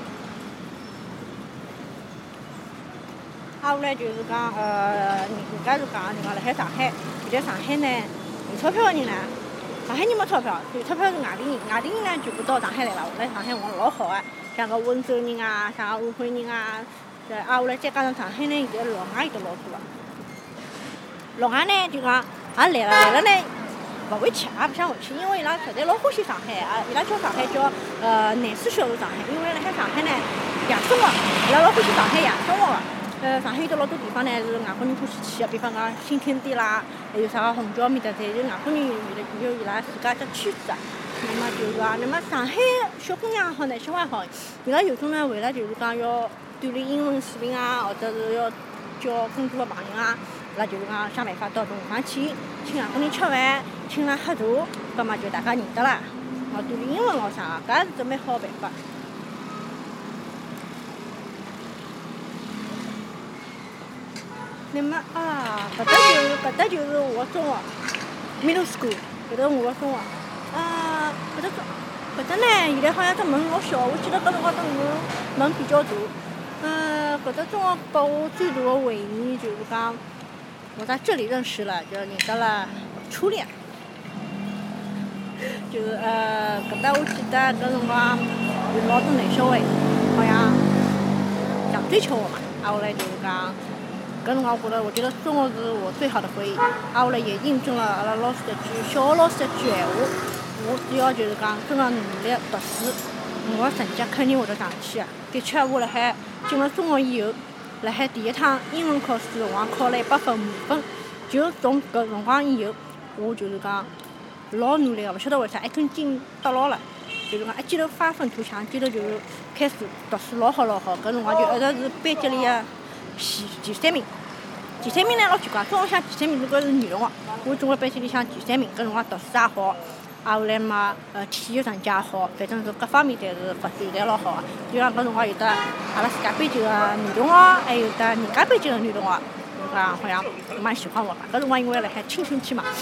挨下来就是讲，呃，人家是讲就讲辣海上海，现在上海呢有钞票个人呢，上海人没钞票，有钞票是外地人，外地人呢全部到上海来了，来上海混老好个，像个温州人啊，像个安徽人啊，再挨下来再加上上海呢，现在老外有得老多个，老外呢就讲也来了，来了呢勿回去，也勿想回去，因为伊拉实在老欢喜上海啊，伊拉叫上海叫呃南水销售上海，因为辣海上海呢夜生活，伊拉老欢喜上海夜生活个。呃，上海有得老多地方呢是外国人欢喜去个，比方讲新天地啦，还有啥个虹桥面搭，侪是外国人有的有伊拉自家只圈子啊。那么就是讲，那么上海小姑娘也好，男小孩也好，伊拉有种呢为了就是讲要锻炼英文水平啊，或者是要交更多个朋友啊，伊拉就是讲想办法到搿种地方去，请外国人吃饭，请伊拉喝茶，葛末就大家认得啦，哦锻炼英文咯啥个，搿也是只蛮好个办法。那么啊，搿搭就是搿搭就是我个中学 ，middle school，搿搭我个中学。啊，搿搭搿搭呢，现在好像只门老小，我记得搿辰光只门门比较大。呃，搿搭中学拨我最大个回忆就是讲，我在这里认识了，就认得了初恋。就是呃，搿搭我记得搿辰光有老多男小孩，好像想追求我嘛，挨下来就是讲。搿辰光我觉得，我觉得中学是我最好的回忆。挨下来也印证了阿拉老师一句小学老师一句闲话：我只要就是讲真个努力读书，我个成绩肯定会得上去个。的确，我辣海进了中学以后，辣海第一趟英文考试辰光考了一百分满分，就从搿辰光以后，我就是讲老努力个，勿晓得为啥一根筋搭牢了，就是讲一记头发愤图强，记头就是开始读书老好老好。搿辰光就一直是班级里个。前前三名，前三名呢老奇怪，中学里向前三名如果是女同学，我中国班级里向前三名，搿辰光读书也好，挨下来嘛，呃，体育成绩也好，反正是各方面侪是发展侪老好个。就像搿辰光有得阿拉自家班级个女同学，还有得人家班级个女同学，就讲好像蛮喜欢我吧。搿辰光因为辣海青春期嘛。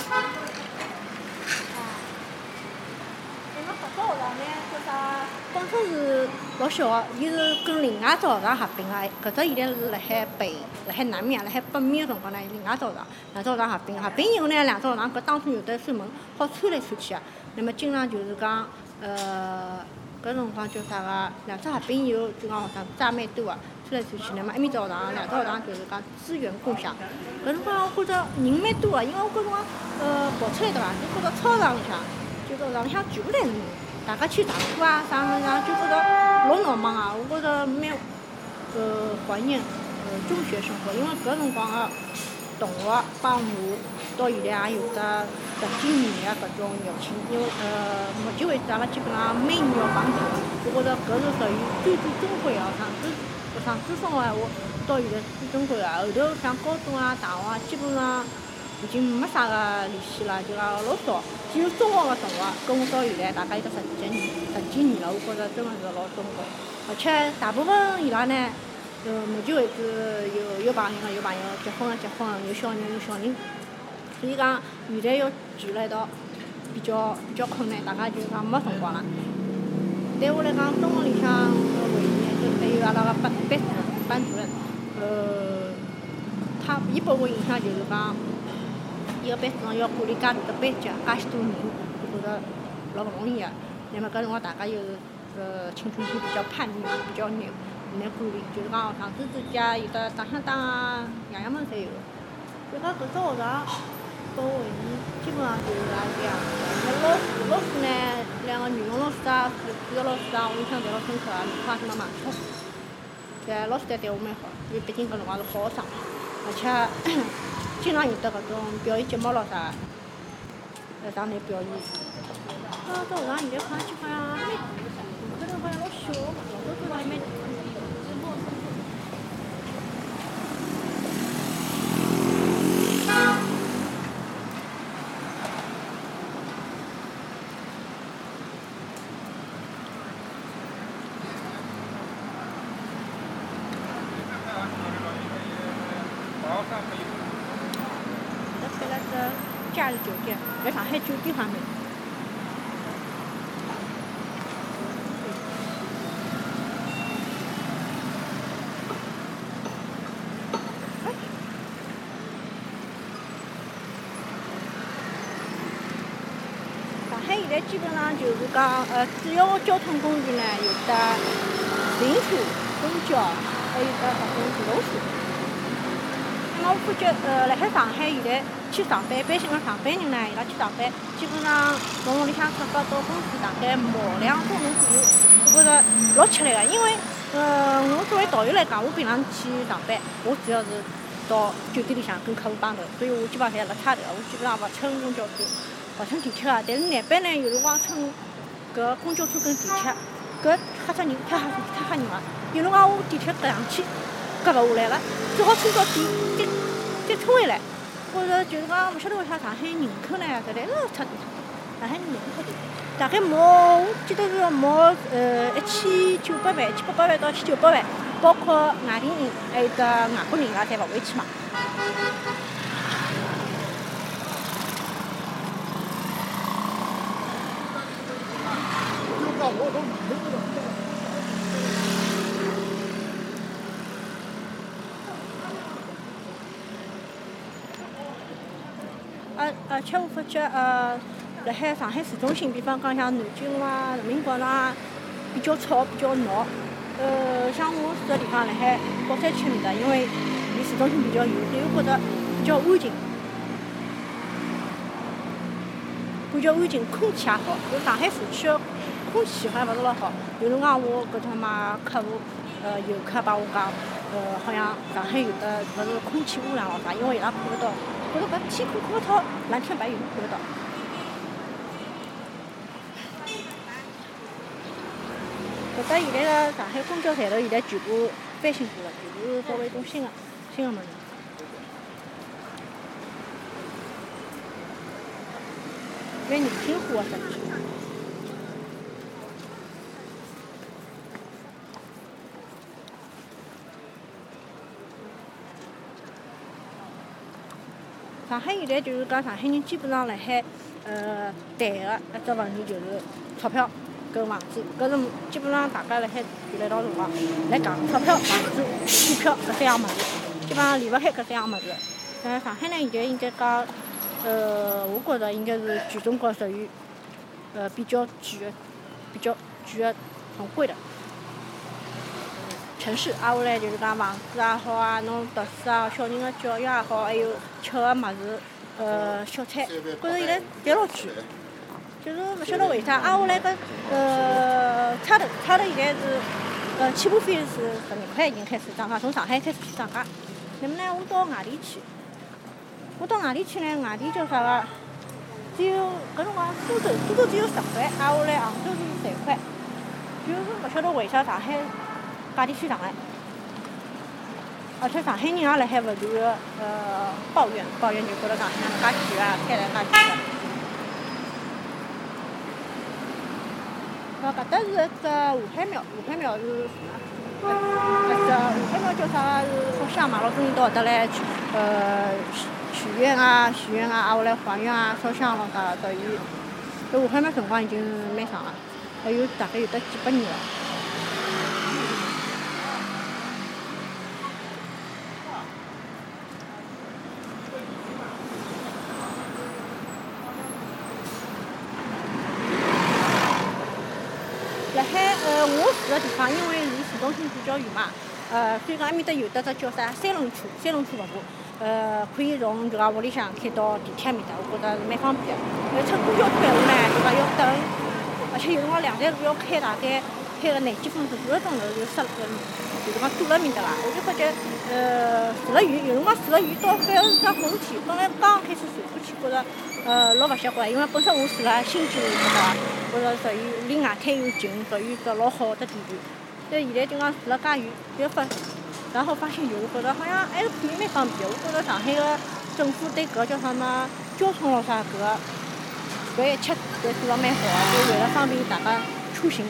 本身是老小个，伊是跟另外只学堂合并个，搿只现在是辣海北、辣海南面、辣海北面个辰光呢，另外只学堂，两只学堂合并，合并以后呢，两只学堂搿当中有得扇门，好穿来穿去个。那么经常就是讲，呃，搿辰光叫啥个？两只合并以后，就讲学生子也蛮多个，穿来穿去。那么埃面只学堂，两只学堂就是讲资源共享。搿辰光我觉着人蛮多个，因为我搿辰光呃跑出来对伐？就觉着操场里向，就学堂里向全部侪是人。大家去上课啊，啥物事啊，就觉着老闹忙啊！我觉着蛮呃怀念呃中学生活，因为搿辰光个同学帮我到现在也有得十几年个搿种友情，因为呃目前为止阿拉基本上每年要碰头，我觉着搿是属于最最珍贵个学生子学生子生活闲话，到现在最珍贵个。后头像高中啊、大学啊，基本上已经没啥个联系了，就讲老少。只有中学个同学跟我到现在，大家有得十几年、十几年了，我觉着真个是老珍贵。而且大部分伊拉呢，呃，目前为止有有朋友个有朋友，结婚个结婚个，有小人有小人，所以讲现在要聚辣一道比较比较困难，大家就讲没辰光了。对我来讲，中学里向个回忆，就还有阿拉个班班主任、班主任，呃。 他伊拨我印象就是讲，一个班主任要管理介大个班级，介许多人，我觉着老勿容易个。那么搿辰光大家又呃青春期比较叛逆嘛，比较难难管理，就是讲学堂子之间有的打相打啊，样样物事侪有。就讲搿只学堂拨我回忆，基本上就是也是这样。那老师老师呢，两个语文老师啊，数学老师啊，我印象侪老深刻啊，面孔也是蛮蛮出。对，老师侪对我蛮好，因为毕竟搿辰光是好学生，而且经常有得搿种表演节目咯啥，呃，上台表演。啊，这学堂现在看上去好像蛮，搿头好像老小嘛，老早子还蛮。假日酒店，在上海酒店方面。上海现在基本上就是讲，呃，主要交通工具呢，有的自行车、公交，还有的搿种自动车。那么我感觉，呃，辣海上海现在去上班，一般性个上班人呢，伊拉去上班，基本上从屋里向出发到公司大概毛两钟头左右，我觉着老吃力个。因为，呃，我作为导游来讲，我平常去上班，我主要是到酒店里向跟客户帮头，所以我基本上侪辣差头，我基本上勿乘公交车，勿乘地铁个。但是难办呢，有辰光乘搿公交车跟地铁，搿吓死人，太吓太吓人了。有辰光我地铁搿上去，搿勿下来了，只好乘到底再再乘回来。觉着就是讲，勿晓得为啥上海人口呢，实在是太多。上海人人口太多，大概毛，我记得是毛呃一千九百万、一千八百万到一千九百万，包括外地人，还有得外国人，伊拉侪勿回去嘛。而而且我发觉，呃，辣海上海市中心，比方讲像南京啦、人民广场啊，比较吵，比较闹。呃，像我住个地方辣海宝山区面搭，因为离市中心比较远，所以我觉着比较安静，感觉安静，空气也好。就上海市区个空气好像勿是老好。有辰光我搿趟嘛客户，呃，游客帮我讲，呃，好像上海有的勿是空气污染咾啥，因为伊拉看勿到。觉着搿天空看勿到，蓝天白云看勿到。搿搭现在个上海公交站头现在全部翻新过了，全部是作为一种新个新个物事。蛮年轻化个设计。上海现在就是讲，上海人基本上辣海呃谈个一只问题就是钞票跟房子，搿是基本上大家辣海聚辣一道辰光来讲钞票、房子、股票搿三样物事，基本上离勿开搿三样物事。呃，上海呢现在应该讲，呃，我觉着应该是全中国属于呃比较贵个、比较贵个、很贵的城市。挨下来就是讲房子也好啊，侬读书啊，小人个教育也好，还有吃个物事，呃，小菜，觉着现在侪老贵。就是勿晓得为啥，挨下来搿呃差头差头现在是呃起步费是十二块已经开始涨价，从上海开始去涨价。那么呢，我到外地去，我到外地去呢，外地叫啥个？只有搿辰光苏州，苏州只有十块，挨下来杭州是三块，就是勿晓得为啥上海价钿去上来。而且上海人也辣海勿断个呃抱怨，抱怨就觉得上海介贵啊，开来介贵的。呃，搿搭是一只武汉庙，武汉庙是搿只武汉庙叫啥？是烧香嘛，老多人到搿搭来呃许愿啊、许愿啊，挨下来还愿啊、烧香咯啥，等于搿武汉庙辰光已经蛮长了，还有大概有得几百年了。 辣海呃我住个地方，因为离市中心比较远嘛，呃，所以讲埃面搭有得只叫啥三轮车，三轮车服务，呃，可以从就讲屋里向开到地铁埃面搭，我觉着是蛮方便的。呃，乘公交车闲话呢，就讲要等，而且有辰光两站路要开大概开个廿几分钟，半个钟头就塞了，就是讲堵了面搭啦。我就发觉，呃，住了远，有辰光住了远倒反而是桩好事体。本来刚开始传过去，觉着呃老勿习惯，因为本身我住辣新区，对伐？觉着属于离外滩又近，属于只老好的地段。但现在就讲住了介远，就发，然后发现就是觉着好像还是可以蛮方便。我觉着上海个政府对搿叫啥么交通咯啥搿个搿一切侪做了蛮好个，就为了方便大家出行。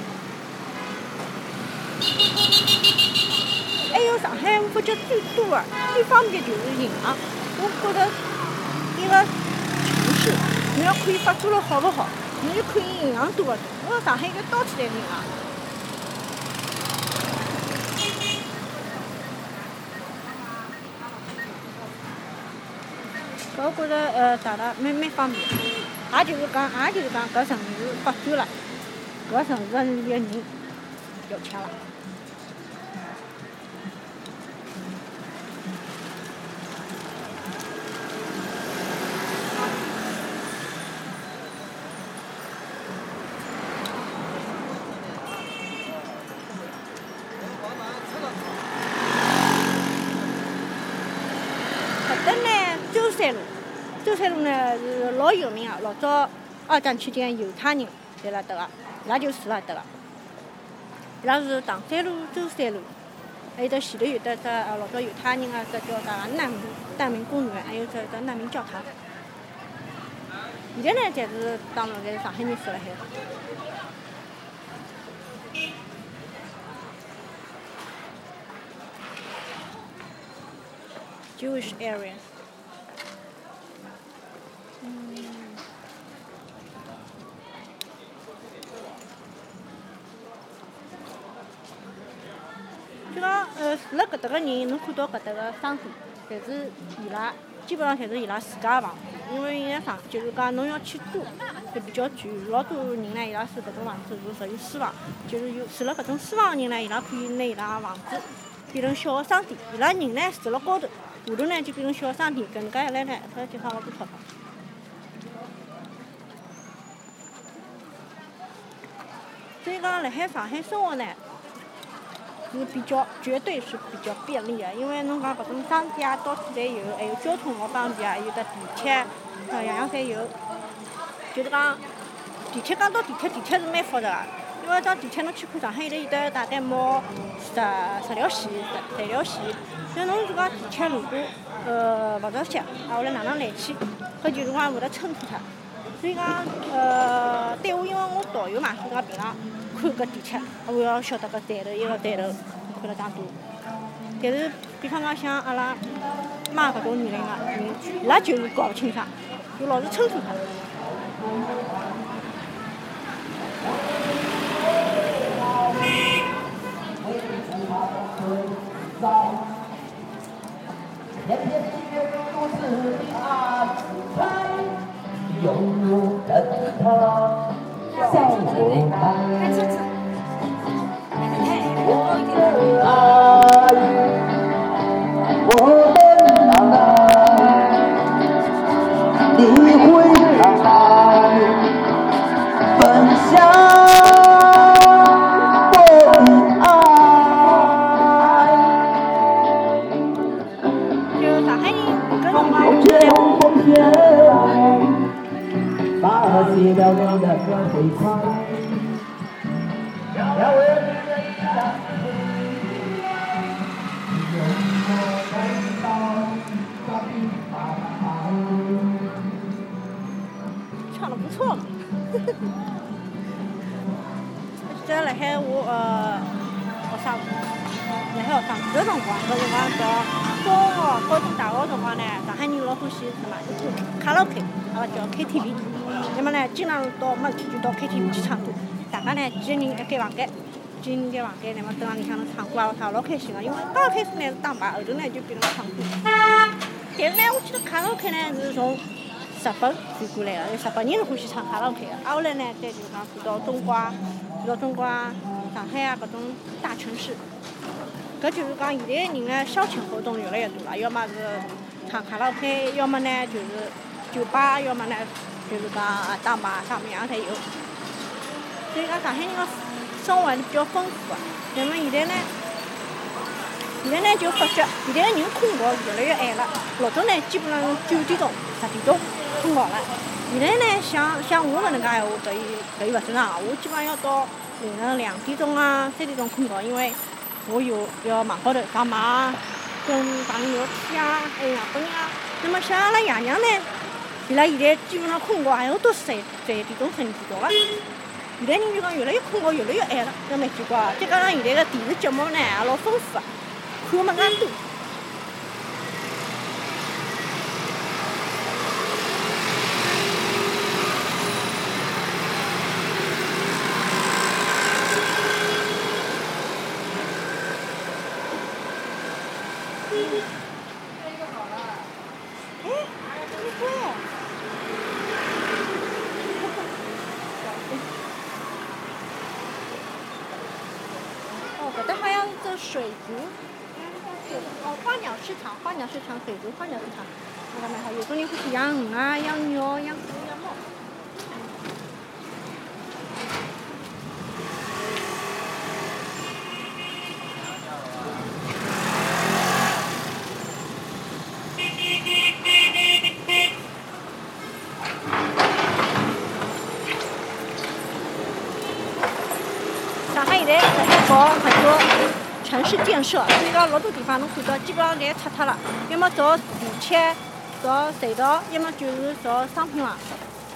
还有上海我发觉最多个、最方便就是银行。我觉着一个城市，你要可以发展了好不好，你就可以银行多个多。我上海应该到处侪是银行。我觉着呃，大家蛮蛮方便，也就是讲，也就是讲，搿城市发展了，搿城市里个人有钱了。搿搭呢，舟山路，舟山路呢是老有名个，老早二战期间犹太人在辣搭个，伊拉就住辣搭个。伊拉是唐山路、舟山路，还有得前头有得只呃老早犹太人个只叫啥难民难民公园，还有只只难民教堂。现在呢，侪是当然侪是上海人住辣海。Jewish area. 嗯，就讲呃，住辣搿搭个人，侬看到搿搭个商店，侪是伊拉基本上侪是伊拉自家个房子，因为现在房就是讲侬要去租，就比较贵。老多人呢，伊拉住搿种房子是属于私房，就是有住辣搿种私房个人呢，伊拉可以拿伊拉个房子变成小个商店，伊拉人呢住辣高头。下头呢就变成小商店，搿能介一来呢，搿就好老多钞票。所以讲，辣海上海生活呢，是比较绝对是比较便利的，因为侬讲搿种商店啊，到处侪有，还有交通老方便啊，有得地铁，呃，样样侪有。就是讲，地铁讲到地铁，地铁是蛮复杂个，因为到地铁侬去看上海，现在有得大概毛十十条线，十十条线。所以侬就讲地铁如果呃勿熟悉，啊后来哪能来去，搿就辰光会得撑死脱。所以讲呃，对我因为我导游嘛，所以讲平常看搿地铁，我要晓得搿站头一个站头看了介多。但是比方讲像阿拉妈搿种年龄个人，伊拉就是搞勿清爽，就老是撑死脱。 偏偏七月如此的安排，犹如灯塔向我开。我的爱，我的爱，你会来分享。写了我的歌会唱，要为你的一场唱得不错嘛。在辣海我呃学生，辣海学生搿辰光，搿辰光到中学、高中、大学辰光呢，上海人老欢喜什么？卡拉 OK， 阿拉叫 K T V。那么呢，经常到没事体就到 K T V 去唱歌，大家呢几个人一间房间，几个人一间房间，那么蹲辣里向头唱歌啊啥，老开心个。因为刚开始呢是打牌，后头呢就变成唱歌。但是呢，我记得卡拉 OK 呢是从日本传过来个，日本人是欢喜唱卡拉 OK 个。挨下来呢，再就是讲传到中国，传到中国上海啊搿种大城市。搿就是讲现在人个消遣活动越来越多了，要么是唱卡拉 OK， 要么呢就是酒吧，要么呢就是讲啊大马啥物事侪有。所以讲上海人个生活还是比较丰富个。那么现在呢？现在呢就发觉，现在个人困觉越来越晚了。老早呢基本上九点钟、十点钟困觉了。现在呢像像我搿能介闲话，搿伊搿伊勿正常。我基本上要到凌晨两点钟啊、三点钟困觉，因为我有要忙高头上网啊，跟朋友聊天啊，还有日本人啊。那么像阿拉爷娘呢，伊拉现在基本上困觉还要到三三点钟、四点钟了。现在人就讲越来越困觉越来越晚了，搿蛮奇怪个。再加上现在个电视节目呢也老丰富个。看么介多。哎，真乖。哦，搿搭好像是只水族。哦，花鸟市场，花鸟市场，水族花鸟市场，那个蛮好。有种人欢喜养鱼啊，养鸟，养狗，养猫。上海现在在搞很多城市建设，所以讲老多地方侬看到基本上侪拆脱了，要么造地铁、造隧道，要么就是造商品房。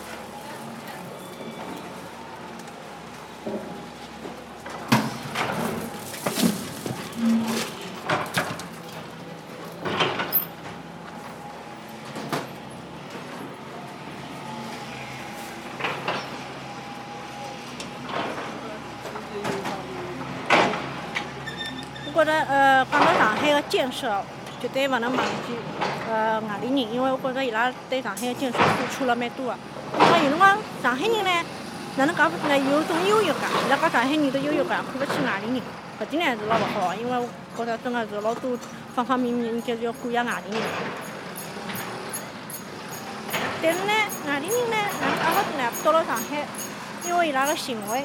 我觉着呃，讲到上海个建设，绝对勿能忘记呃外地人，因为我觉着伊拉对上海个建设付出了蛮多个。那有辰光上海人呢，哪能讲法子呢？有种优越感，伊拉讲上海人的优越感看勿起外地人，搿点呢是老勿好个，因为我觉着真个是老多方方面面应该是要感谢外地人。但是呢，外地人呢，哪能讲法子呢？到了上海，因为伊拉个行为。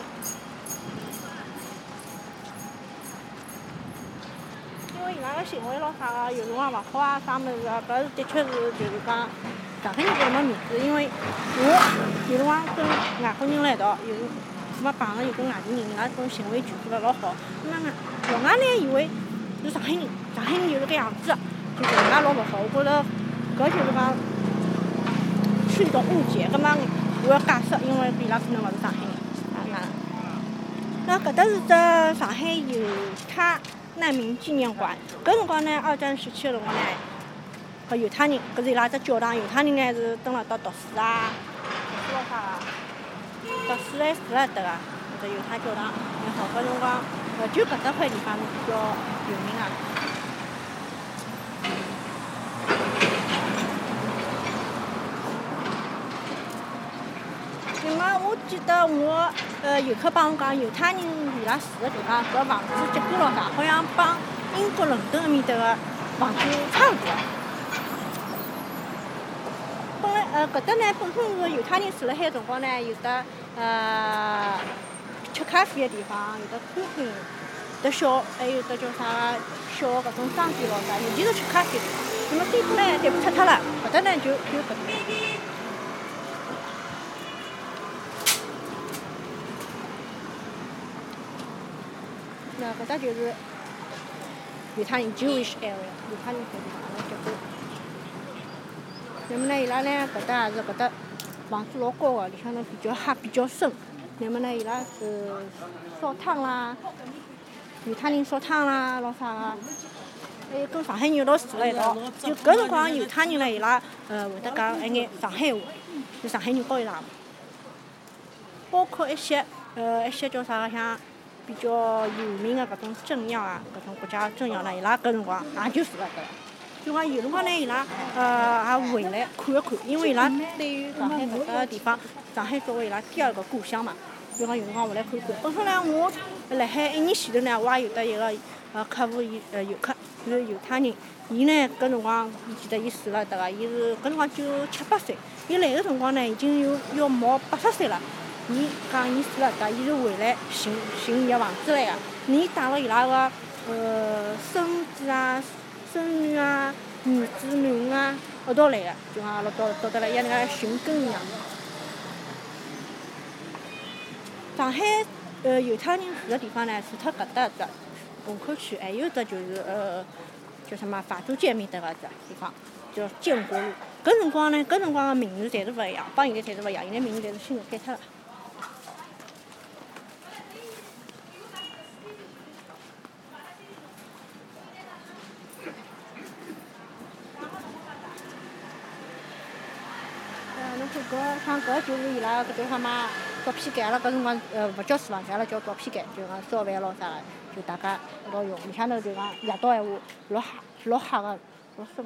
因为伊拉个行为咯啥个，有辰光勿好啊，啥物事啊，搿是的确是就是讲上海人搿没面子。因为我有辰光跟外国人辣一道，有没碰着有个外地人，伊拉种行为举止了老好。那么老外呢以为是上海人，上海人就是搿样子的，就人家老勿好。我觉着搿就是讲是一种误解。葛末我要解释，因为伊拉可能勿是上海人啊。那搿搭是只上海犹太难民纪念馆，搿辰光呢，二战时期个辰光呢，搿犹太人，搿是伊拉只教堂，犹太人呢是蹲辣搭读书啊，读书咯啥个，读书还住辣搭个，搿只犹太教堂，蛮好。搿辰光，呃，就搿搭块地方比较有名啊。那么我记得我呃游客帮我讲，犹太人伊拉住个地方，搿房子结构咯啥，好像帮英国伦敦埃面搭个房子差勿多。本来呃搿搭呢本身是犹太人住辣海个辰光呢，有得呃吃咖啡个地方，有得餐厅，有得小还有得叫啥小搿种商店咯啥，尤其是吃咖啡。那么最后呢全部拆脱了，搿搭呢就就搿搭。那搿搭就是犹太人 Jewish area， 犹太人搿地方老结棍。那么呢，伊拉呢搿搭也是搿搭房子老高个，里向呢比较黑比较深。那么呢，伊拉是烧汤啦，犹太人烧汤啦，老啥个，还有跟上海人一道住辣一道。就搿辰光犹太人呢，伊拉呃会得讲一眼上海话，就上海人教伊拉。包括一些呃一些叫啥个像。比较有名的搿种政要啊，搿种国家政要呢，伊拉搿辰光也就住辣搿， 就讲有辰光呢，伊拉呃也回来看一看，因为伊拉对于上海搿个地方，上海作为伊拉第二个故乡嘛，就讲有辰光回来看看。本身呢，我辣海一年前头呢，我也有得一个呃客户，伊呃游客，就是犹太人。伊呢搿辰光，伊记得伊死了，对伐？伊是搿辰光就七八岁，伊来个辰光呢，已经有要冒八十岁了。伊讲伊死了，对伐？伊是回来寻寻伊个房子来个。伊带了伊拉个呃孙子啊、孙女啊、儿子、囡恩啊一道来个，就讲阿拉到到得来像那个寻根一样。上海呃犹太人住个地方呢，除脱搿搭只虹口区，还有只就是呃。叫什么法租界面对伐？这地方叫建国路。搿辰光呢，搿辰光个名字侪是勿一样，帮现在侪是勿一样，现在名字侪是新的改脱了。呃，侬看搿像搿就是伊拉搿叫什么照片间了，搿辰光呃勿叫厨房间了，叫照片间，就讲烧饭咯啥个。就大家一道用，里向头就讲夜到闲话，老黑老黑个，老深个。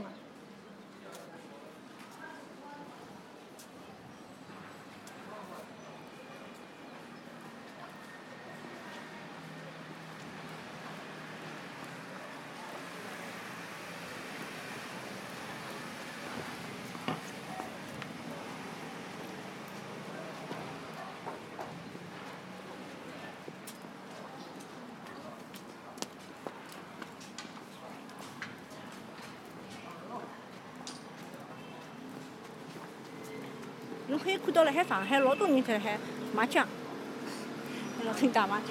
侬可以看到辣海上海老多人在海麻将，老多人打麻将。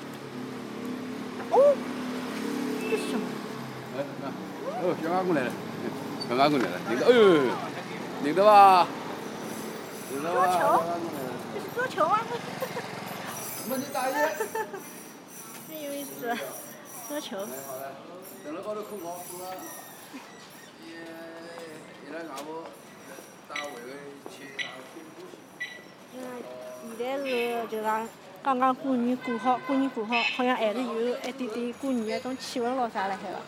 哦，这是什么？ 哎，哦，小阿公来了，小阿公来了，认得，哎呦，认得吧？认得吧？ 桌球，这是桌球啊！ 那你大爷。 真有意思，桌球。 等了高头困好，困了，伊伊拉外婆带回来去拿拼东西。 嗯，现在是就讲刚刚过年过好，过年过好，好像还是有一点点过年的种气氛咯啥辣海个。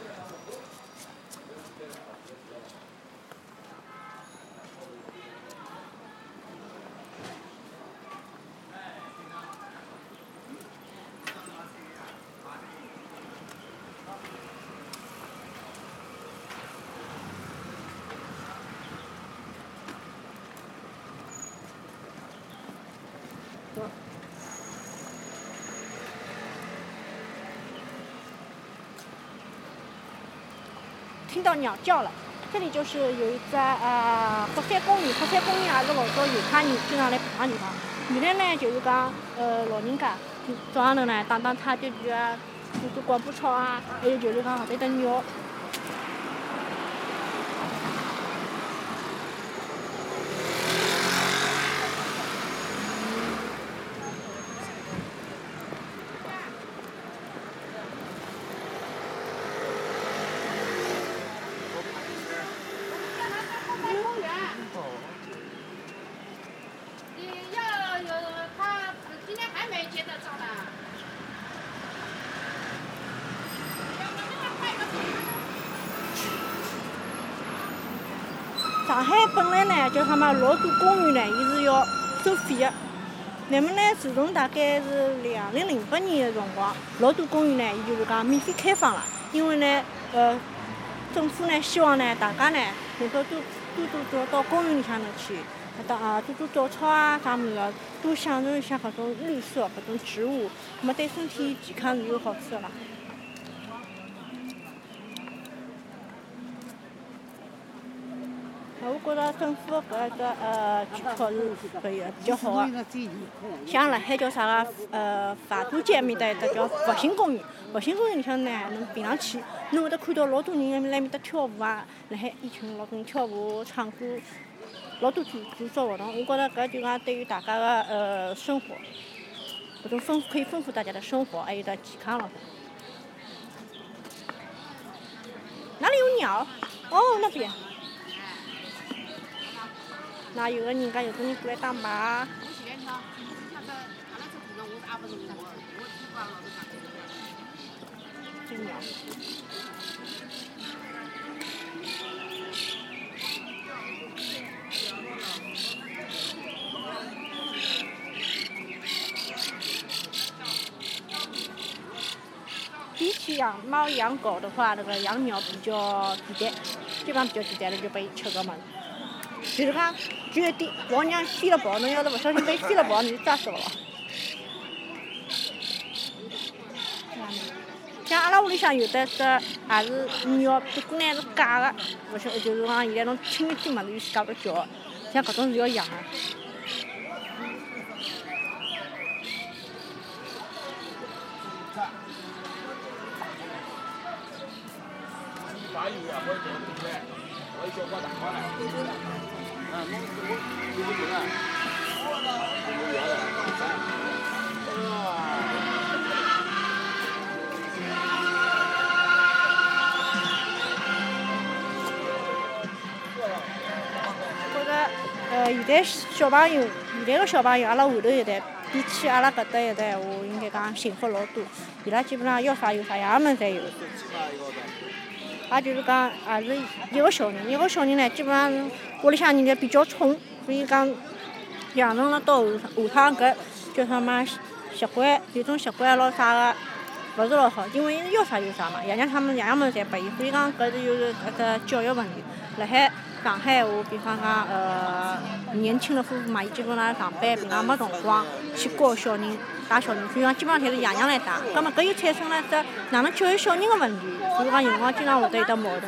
听到鸟叫了，这里就是有一只呃佛山公园，佛山公园也是老早犹太人经常来白相地方。原来呢就是讲呃老人家早上头呢打打太极拳啊，做做广播操啊，还有就是讲后头的鸟。上海本来呢叫什么老多公园呢，伊是要收费的。那么呢，自从大概是两零零八年的辰光，老多公园呢，伊就是讲免费开放了。因为呢，呃，政府呢希望呢，大家呢能够多多多多到公园里向头去，到啊多多早操啊啥物事，多享受一下搿种绿色、搿种植物，那么对身体健康是有好处的啦。我觉着政府搿个呃举措是可以比较好的。像辣海叫啥个呃法租界面搭一搭叫复兴公园，复兴公园里向呢，侬平常去，侬会得看到老多人辣面搭跳舞啊，辣海一群老多人跳舞、唱歌，老多组组织活动。我觉着搿就讲对于大家个呃生活，搿种丰可以丰富大家的生活，还有得健康了。哪里有鸟？哦，那边。那有个人家有个人过来打麻。真鸟。 比起养猫养狗的话，那个养鸟比较简单，基本上比较简单的就被吃个么子。就是讲，只有点往娘飞了跑，侬要是不小心被飞了跑，你就扎死了。像阿拉屋里向有的只也是鸟，不过呢是假的，不是就是讲现在侬亲一点么子，伊自家会叫，像搿种是要养的。 把油啊，或者进来，我一小块大块来。啊，弄我有不有啊？有原来。 觉着呃，现在小朋友，现在个小朋友，阿拉后头一代，比起阿拉搿搭一代，我应该讲幸福老多。伊拉基本上要啥有啥，样么子侪有。也就是讲，也是一个小人，一个小人呢，基本上屋里向人侪比较宠，所以讲养成了到后下趟搿叫啥嘛习惯，有种习惯咯啥个，勿是老好，因为要啥有啥嘛，爷娘他们样样么子侪拨伊，所以讲搿是就是搿只教育问题。辣海上海话，比方讲呃年轻的夫妇嘛，伊基本上上班，平常没辰光去教小人。带小人，所以讲基本上侪是爷娘来带，葛末搿又产生了只哪能教育小人个问题，所以讲有辰光经常会得有得矛盾。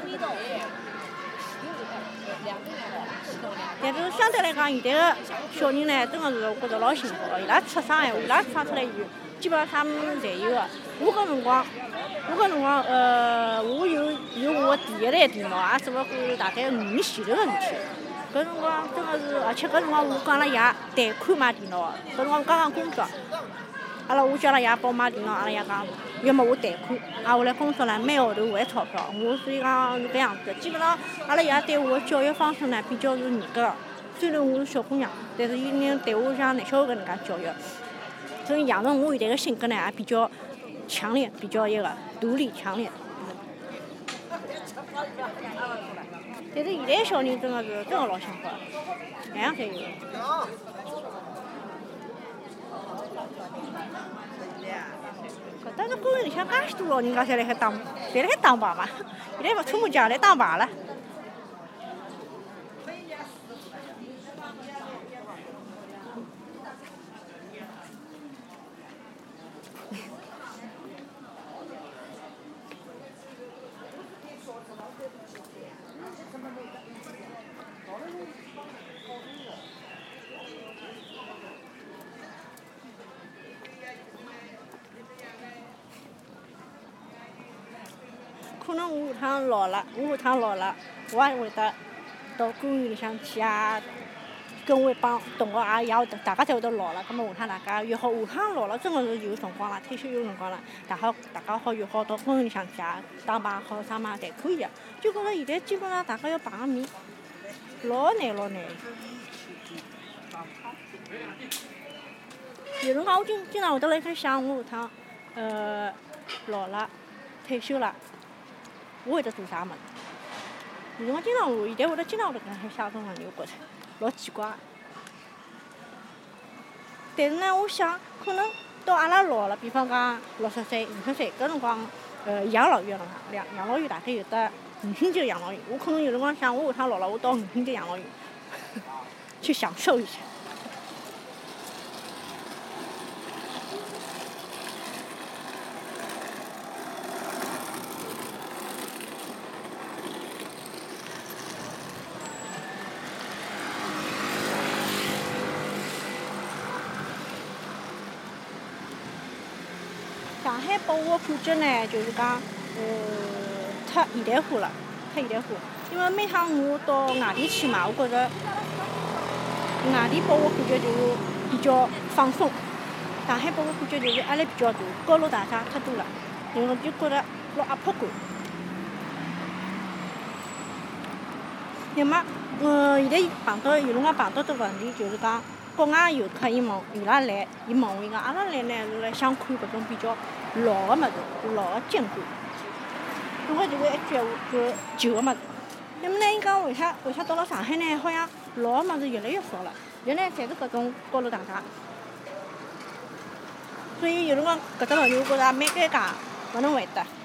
但是相对来讲，现在个小人呢，真个是我觉着老幸福个，伊拉出生闲话，伊拉生出来以后，基本上啥物事侪有个。我搿辰光，我搿辰光，呃，我有有我个第一台电脑，也只勿过是大概五年前头个事体。搿辰光真个是，而且搿辰光我跟阿拉爷贷款买电脑个，搿辰光我刚刚工作，阿拉我叫阿拉爷帮我买电脑，阿拉爷讲，要么我贷款，啊我来工作了，每个号头还钞票，我所以讲是搿样子。基本上阿拉爷对我个教育方式呢比较是严格个，虽然我是小姑娘，但是伊呢对我像男小孩搿能介教育，所以养成我现在个性格呢也比较强烈，比较一个独立强烈。但是现在小人真个是真个老幸福，样样侪有。搿搭是公园里向介许多老人家侪辣海打，侪辣海打牌嘛。现在勿出门家来打牌了。可能我下趟老了，我下趟老了，我也会得到公园里向去啊，跟我一帮同学也也会得，大家侪会得老了，葛末下趟大家约好，下趟老了真个是有辰光了，退休有辰光了，大好大家好约好到公园里向去啊，打牌好啥嘛侪可以个。就觉着现在基本上大家要碰个面，老难老难。有辰光我经经常会得辣海想，我下趟呃老了退休了。我会得做啥物事？有辰光经常会，现在会得经常会得搿能海想种问题，我觉着老奇怪。但是呢，我想可能到阿拉老了，比方讲六十岁、五十岁搿辰光，呃，养老院了嘛，养养老院大概有得五星级养老院。我可能有辰光想，我下趟老了，我到五星级养老院去享受一下。上海拨我个感觉呢，就是讲，呃，太现代化了，太现代化。因为每趟我到外地去嘛，我觉着外地拨我感觉就是比较放松，上海拨我感觉就是压力比较大，高楼大厦太多了，然后就觉着老压迫感。那么，呃，现在碰到有辰光碰到的问题就是讲。国外游客伊问伊拉来，伊问我伊讲，阿拉来呢是来想看搿种比较老个物事，老个景观。总归就是一句闲话，就是旧个物事。 那么呢，伊讲为啥为啥到了上海呢？好像老个物事越来越少了，现在侪是搿种高楼大厦。所以有辰光搿只问题，我觉着也蛮尴尬，勿能回答。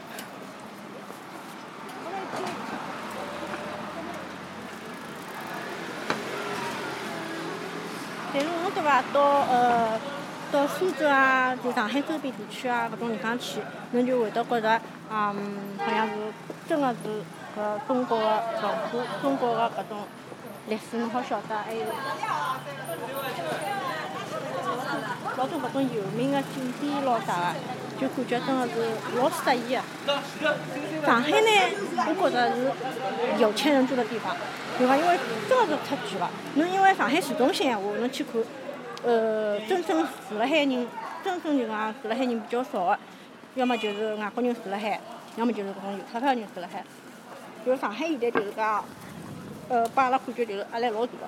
但是侬对伐？到呃到苏州啊，就上海周边地区啊，搿种地方去，侬就会得觉着，嗯，好像是真个是搿中国个文化、中国个搿种历史，侬好晓得，还有老多搿种有名个景点咾啥个，就感觉真个是老适意个。上海呢，我觉着是有钱人住的地方。对伐？因为真个是太贵了。侬因为上海市中心闲话，侬去看，呃，真正住辣海人，真正就讲住辣海人比较少个，要么就是外国人住辣海，要么就是搿种有钞票人住辣海。就是上海现在就是讲，呃，拨阿拉感觉就是压力老大个。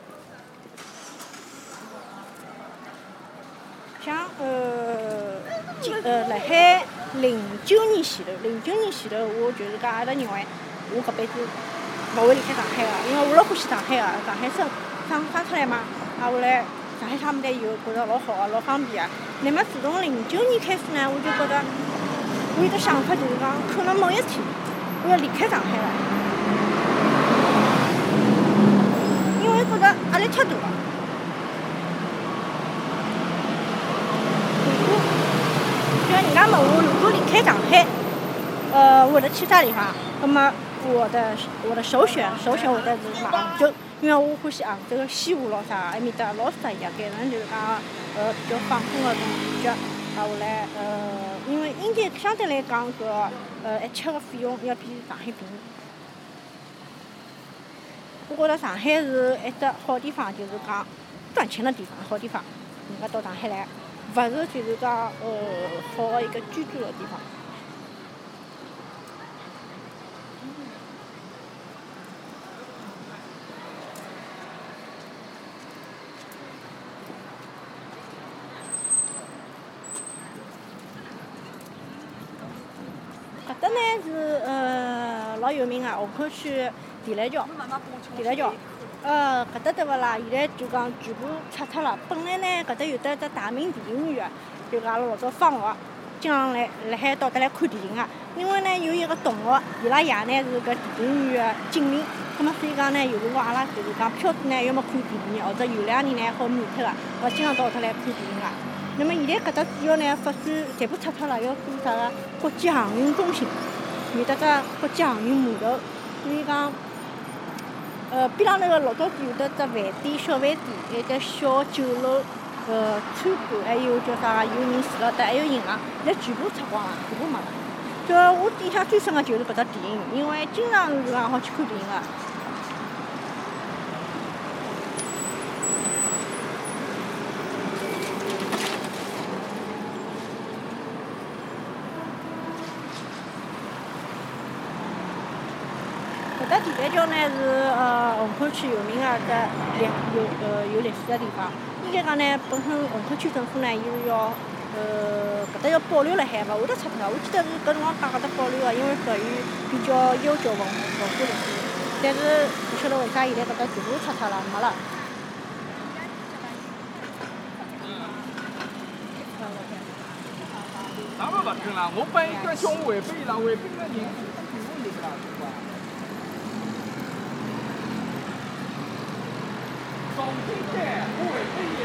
像呃，今呃，辣海零九年前头，零九年前头，我就是讲阿拉认为，我搿辈子。勿会离开上海个，因为我老欢喜上海个，上海生生生出来嘛，啊，后来上海啥物事有，觉着老好个，老方便个。那么自从零九年开始呢，我就觉着，我有个想法就是讲，可能某一天我要离开上海了，因为觉着压力太大了。如果就像人家问我，如果离开上海，呃，会得去啥地方？那么。我的我的首选首选会得是杭州，因为我欢喜杭州个西湖咾啥，埃面搭老适意个，改成就是讲呃比较放松个种感觉。啊，后来呃，因为应该相对来讲搿呃一切个费用要比上海便宜。我觉着上海是一只好地方，就是讲赚钱的地方，好地方。人家到上海来，勿是就是讲呃好个一个居住的地方。搿搭呢是呃老有名个虹口区地来桥，地来桥，呃搿搭对勿啦？现在就讲全部拆脱了。本来呢搿搭有得只大明电影院个，就阿拉老早放学经常来辣海到搭来看电影个。因为呢有一个同学，伊拉爷呢是搿电影院个警民，葛末所以讲呢有辰光阿拉就是讲票子呢要么看电影，或者有两年呢好免脱个，我经常到搿搭来看电影个。那么现在搿搭主要呢发展全部拆脱了，要做啥个国际航运中心，有得只国际航运码头，所以讲，呃边浪头个老早子有得只饭店、小饭店，还有只小酒楼、呃餐馆，还有叫啥个有人住了搭，还有银行，现在全部拆光了，全部没了。就我印象最深个就是搿只电影院，因为经常是讲好去看电影个。搿搭地来桥呢是呃虹口区有名个只历有呃有历史个地方。应该讲呢，本身虹口区政府呢，伊是要呃搿搭要保留辣海，勿会得拆脱。我记得是搿辰光讲搿搭保留个，因为属于比较悠久文文化历史。但是勿晓得为啥现在搿搭全部拆脱了，没了。 哪么勿跟啦？我帮伊讲叫我回拨伊拉，回拨伊拉人全部有啦，是吧？上天单，我回拨伊。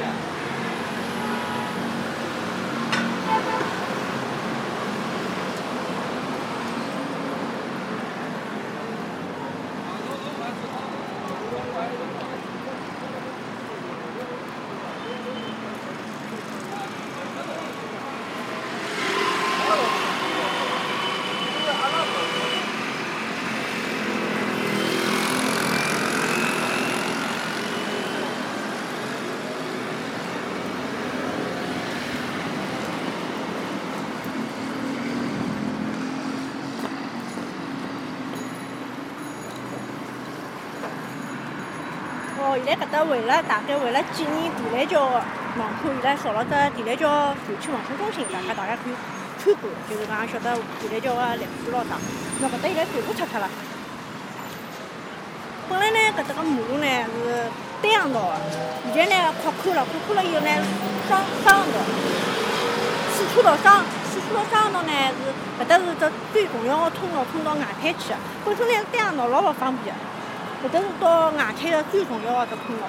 哦，现在搿搭为了大概为了纪念地来桥个门口，伊拉造了只地来桥社区文化中心，大家大家可以参观，就是讲晓得地来桥个历史咾啥。那搿搭现在全部拆脱了。 本来呢，搿搭个马路呢是单行道个，现在呢扩宽了，扩宽了以后呢双双行道，四车道双四车道双行道呢是搿搭是只最重要个通道，通到外滩去个。本身呢单行道老勿方便个，搿搭是到外滩个最重要个只通道。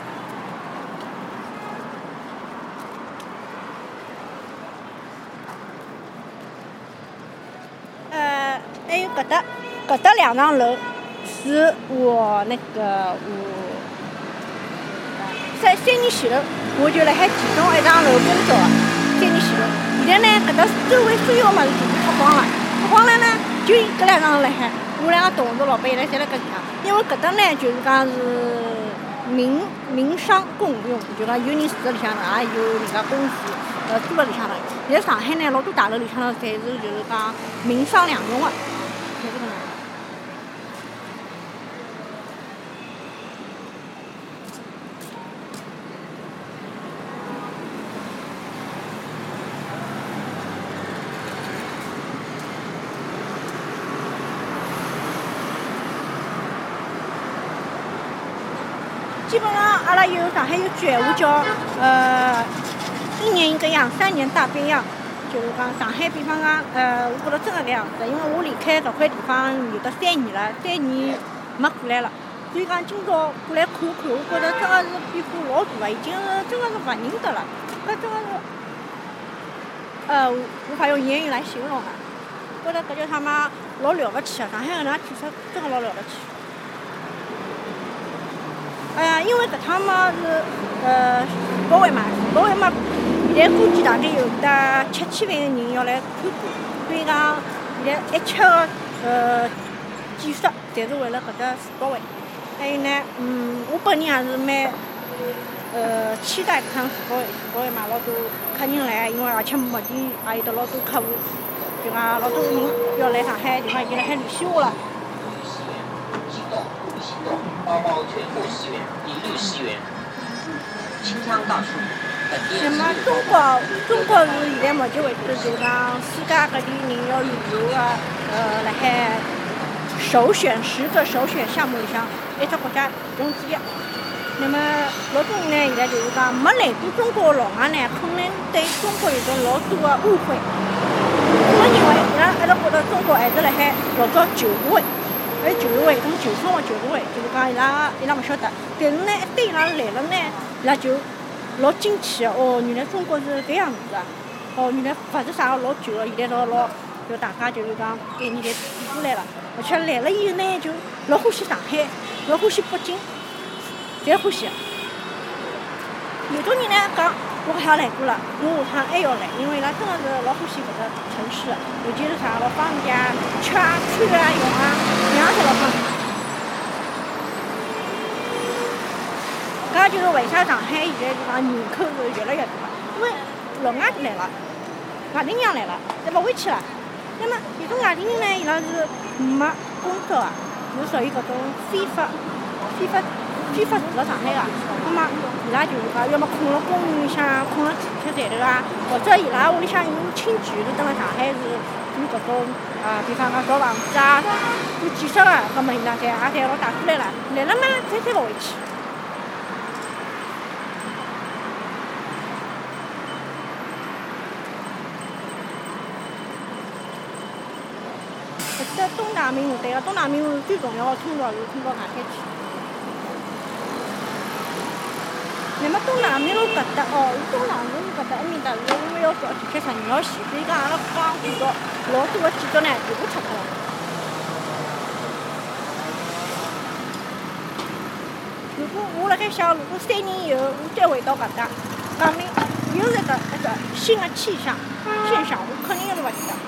呃，还有搿搭搿搭两幢楼是我那个我。在三年前头，我就辣海其中一幢楼工作个，三年前头。现在呢，搿搭周围所有物事全部脱光了，脱光了呢，就搿两幢辣海。我两个同事、老板伊拉侪辣搿地方，因为搿搭呢就是讲是民民商共用，就讲有人住辣里向头，也有人家公司呃租辣里向头。现在上海呢，老多大楼里向头侪是就是讲民商两用个，侪是搿能。基本上，阿拉有上海有句闲话叫呃一年一个样，三年大变样。就是讲上海，比方讲呃，我觉着真个搿样子，因为我离开搿块地方有得三年了，三年没过来了。所以讲今朝过来看看，我觉着真个是变化老大个，已经是真个是勿认得了。搿真个是呃无法用言语来形容个。觉着搿叫啥嘛，老了不起个，上海搿能建设真个老了不起。哎呀，因为搿趟嘛是呃世博会嘛，世博会嘛，现在估计大概有得七千万个人要来参观，所以讲现在一切个呃建设，侪是为了搿只世博会。还有呢，嗯，我本人也是蛮呃期待搿趟世博会，世博会嘛老多客人来，因为而且目前也有得老多客户，就讲老多人要来上海，地方已经辣海联系我了。 包包全部十元，一律十元。清仓大数，本店。 那么中国，中国是现在目前为止就讲世界各地人要旅游个，呃，辣海首选十个首选项目里向，一只国家其中之一。那么老多人呢，现在就是讲没来过中国个老外呢，可能对中国有种老多个误会。我认为伊拉一直觉得中国还是辣海老早旧社会。还有旧社会，种旧生活、旧社会，就是讲伊拉伊拉勿晓得，但是呢，一对伊拉来了呢，伊拉就老惊奇个。哦，原来中国是搿样子个，哦，原来勿是啥个老旧个，现在老老就大家就是讲概念侪变过来了，而且来了以后呢，就老欢喜上海，老欢喜北京，侪欢喜。有种人呢讲，我搿趟来过了，我下趟还要来，因为伊拉真个是老欢喜搿个城市，尤其是啥老方便啊，吃啊、穿啊、用啊，样样侪老方便。搿就是为啥上海现在就讲人口是越来越多，因为老外来了，外地人来了，侪勿回去了。那么有种外地人呢，伊拉是没工作个，是属于搿种非法、非法。非法住辣上海个，那么伊拉就是讲，要么困辣公园里向，困辣地铁站头啊，或者伊拉屋里向有亲戚是蹲辣上海是做搿种啊，比方讲造房子啊、做建设个，搿么伊拉侪也侪老大过来了，来了嘛，再再勿回去。搿只东大明路，对个，东大明路最重要个通道是通到外滩去。那么东大明路搿搭哦，东大明路搿搭埃面搭是因为要造地铁十二号线，所以讲阿拉刚看到老多个建筑呢全部拆脱了。如果我辣盖想，如果三年以后我再回到搿搭，讲明又是一个一个新的气象现象，我肯定是勿记得。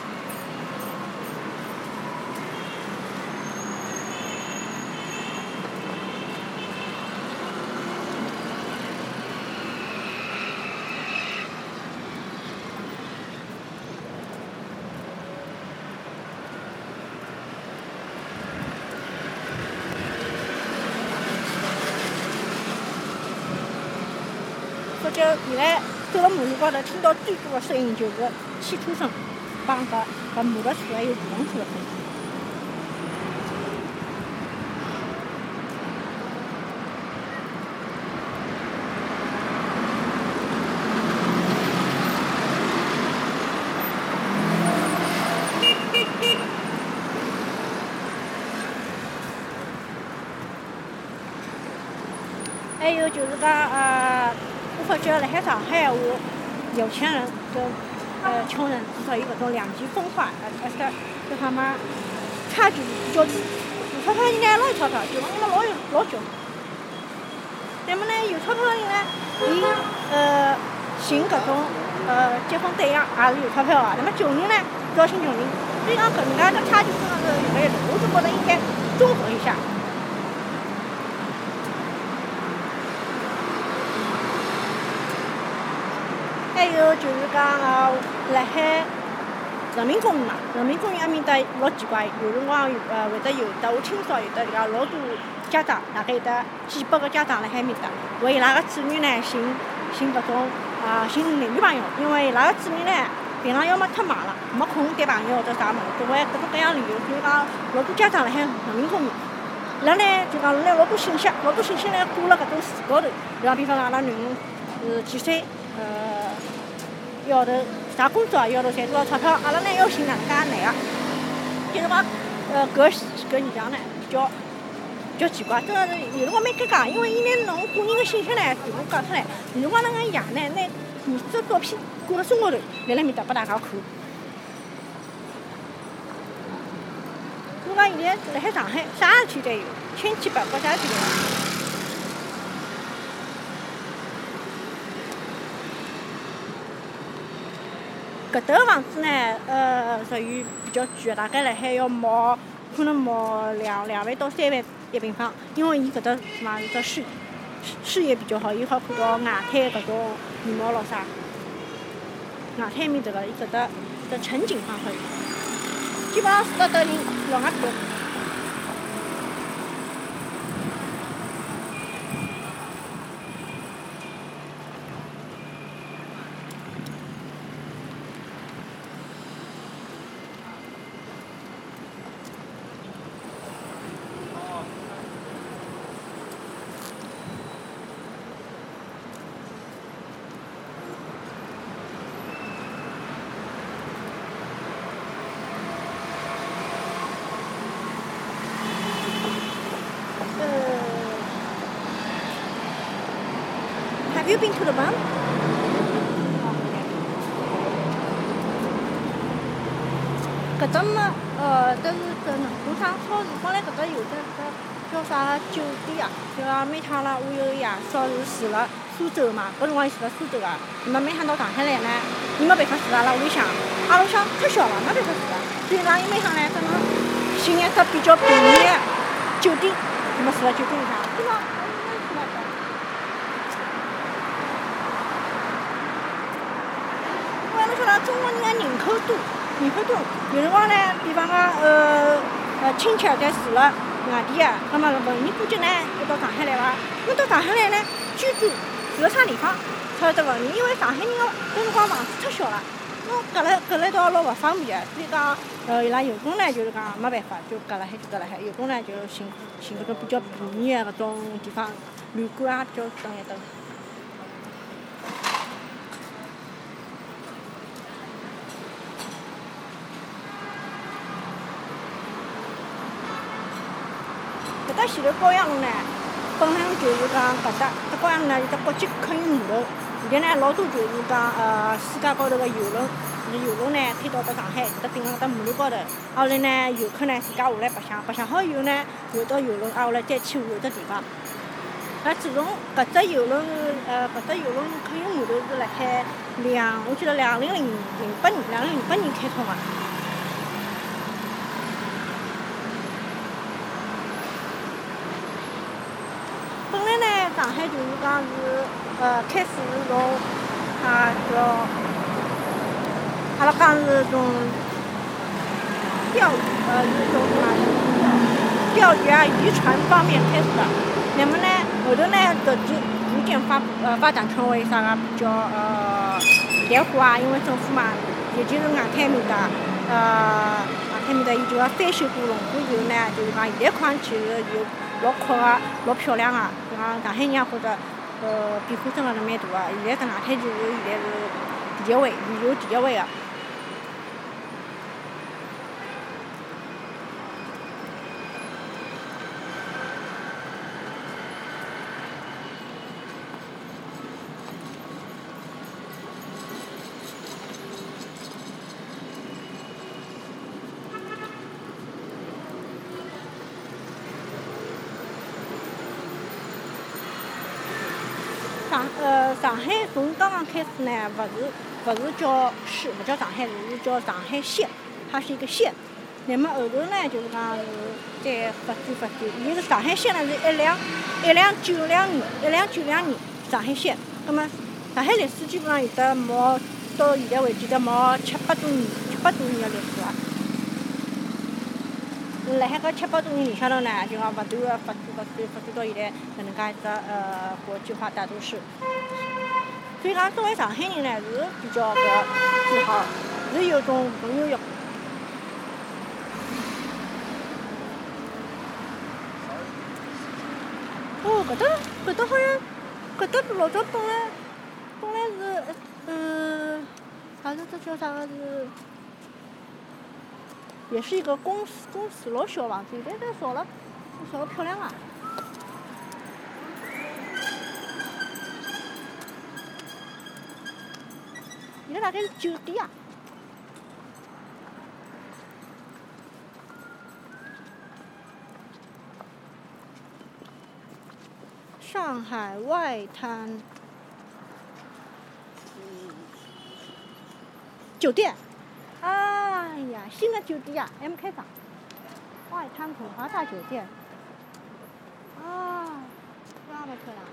就现在走到马路高头，听到最多的声音就是汽车声，帮搿搿摩托车还有电动车的声音。 有就是讲呃，我发觉辣海上海话，有钱人跟呃穷人至少有搿种两极分化，而而且就他妈差距比较大。有钞票人呢老有钞票，穷人呢老有老穷。那么呢，有钞票的人呢，伊呃寻搿种呃结婚对象也是有钞票的。那么穷人呢，只要寻穷人。所以讲搿能介的差距真的是越来越大，我是觉得应该综合一下。还有就是讲呃，辣海人民公园嘛，人民公园埃面搭老奇怪，有辰光有呃会得有得，我听说有得搿个老多家长，大概有得几百个家长辣海面搭，为伊拉个子女呢寻寻搿种啊寻男女朋友，因为伊拉个子女呢。平常要么太忙了，没空谈朋友或者啥物事，作为各种各样理由，所以讲老多家长辣海人民公园，伊拉呢就讲拿老多信息，老多信息呢挂辣搿种树高头，就讲比方讲阿拉囡恩是几岁，呃，一号头啥工作，一号头赚多少钞票，阿拉呢要寻哪能介男个，就是讲呃搿搿现象呢比较比较奇怪，真个是有辰光蛮尴尬，因为伊拿侬个人个信息呢全部讲出来，有辰光那个爷呢拿儿子照片挂辣身高头，辣辣面搭拨大家看。我讲现在辣海上海啥事体都有，千奇百怪啥事体都有。搿搭个房子呢，呃，属于比较贵，大概辣海要毛，可能毛两两万到三万一平方，因为伊搿搭嘛是只视视野比较好，伊好看到外滩搿种羽毛咾啥。外滩面搭个，伊搿搭的城景放好，基本上住得搭人老外多。Have you been to the bank? 搿搭嘛，呃，都是搿农夫商超市，本来搿搭有只搿叫啥酒店啊，就讲每趟啦，我有爷嫂是住辣苏州嘛，搿辰光伊住辣苏州个，那么每趟到上海来呢，伊没办法住辣阿拉屋里向，阿拉屋里向太小了，没办法住了，所以讲伊每趟呢，可能寻一只比较便宜个酒店，那么住辣酒店里向，对伐？中国人的人口多，人口多，有辰光呢，比方讲呃呃亲戚在住辣外地啊，那么逢年过节呢要到上海来伐？那到上海来呢，居住住辣啥地方，才有得问题，因为上海人个搿辰光房子太小了，侬隔了隔了一道老勿方便个，所以讲呃伊拉有功呢就是讲没办法，就隔辣海就隔辣海，有功呢就寻寻搿种比较便宜个搿种地方，旅馆啊就等一等。搿搭前头高阳路呢，本来就是讲搿搭，搿高阳路呢有只国际客运码头，现在呢老多就是讲呃世界高头个邮轮，邮轮呢推到到上海，搿搭顶辣搿搭码头高头，后来呢游客呢自家下来白相，白相好以后呢，有到邮轮啊下来再去下一只地方。那自从搿只邮轮呃搿只邮轮客运码头是辣海两，我记得两零零零八年，两零零八年开通个。上海就是讲是呃开始是从啊叫阿拉讲是从钓鱼呃是从啥钓鱼啊渔船方面开始的，那么呢后头呢逐渐逐渐发呃发展成为啥个比较呃现代化啊，因为政府嘛，尤其是外滩面搭呃外滩面搭伊就要翻修过龙湖以后呢，就是讲现在看起来有老阔个老漂亮个。讲上海人也觉得，呃，变化真个是蛮大个。现在搿外滩就是现在是第一位，旅游第一位个。 上海从刚刚开始呢，不是不是叫市，不叫上海市，是叫上海县，它是一个县。那么后头呢，就是讲是再发展发展，现在上海县呢是一两一两九两年，一两九两年上海县。那么上海历史基本上有得毛到现在为止得毛七百多年，七百多年的历史啊。辣海搿七百多年里向头呢，就讲勿断个发展发展发展到现在搿能介一个呃国际化大都市。所以讲，作为上海人呢，是比较搿自豪，是有种荣誉欲。哦，搿搭搿搭好像搿搭老早本来本来是嗯，好像这叫啥个是？也是一个公司公司老小房子，现在少了，少了漂亮啊！现在大概是酒店啊。上海外滩，嗯，酒店。哎呀，新的酒店啊，还没开张。外滩普华大酒店。啊，这么漂亮。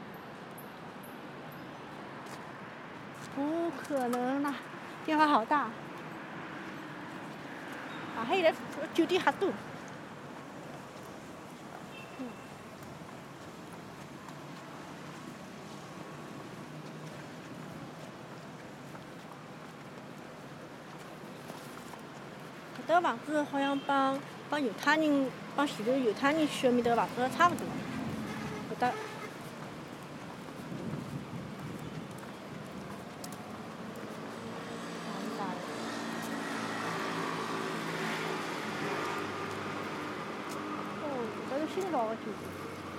不可能啦，地方好大。上海现在酒店还多。嗯。搿个房子好像帮帮犹太人帮前头犹太人选的面头房子差不多。搿搭。哦，搿是新造的酒店。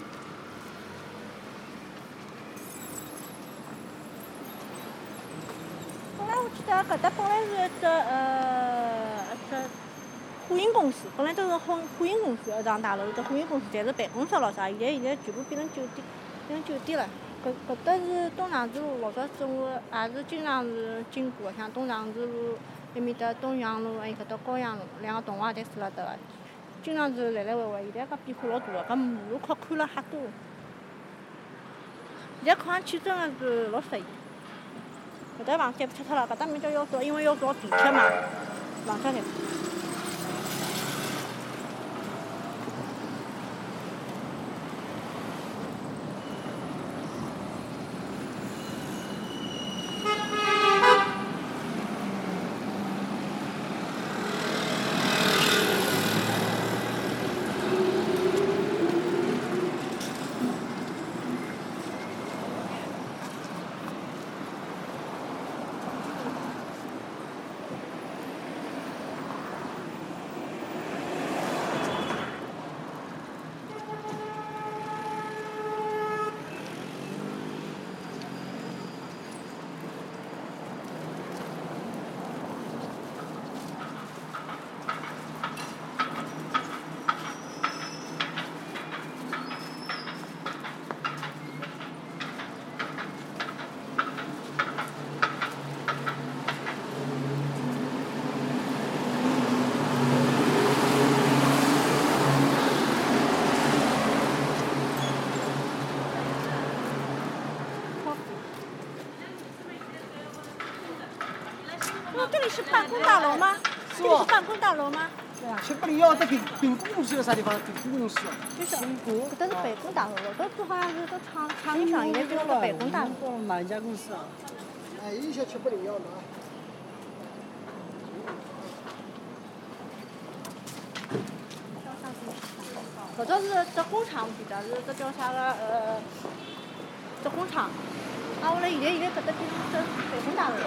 本来我记得搿搭本来是一只呃一只货运公司，本来都是货货运公司一幢大楼，一只货运公司，侪是办公室咯啥，现在现在全部变成酒店，变成酒店了。搿搿搭是东长子路，老早子我也是经常是经过，像东长子路埃面搭东阳路，还有搿搭高阳路，两个同学侪住辣搭个，经常是来来回回。现在搿变化老大个，搿马路靠看了瞎多。现在看上去真的是老适意。搿搭房子侪拆脱了，搿搭面搭要造，因为要造地铁嘛，房子侪。这里是办公大楼吗？ 是这里是办公大楼吗？ 对啊，七八零幺这苹苹果公司有啥地方？苹果公司。 就是苹果，搿搭是办公大楼，老早子好像是个厂厂里向，现在变成个办公大楼。 哪一家公司啊？ 哎，一些七八零幺的。 老早是只工厂，我记得是只叫啥个呃，只工厂。啊，后来现在现在搿搭变成只办公大楼。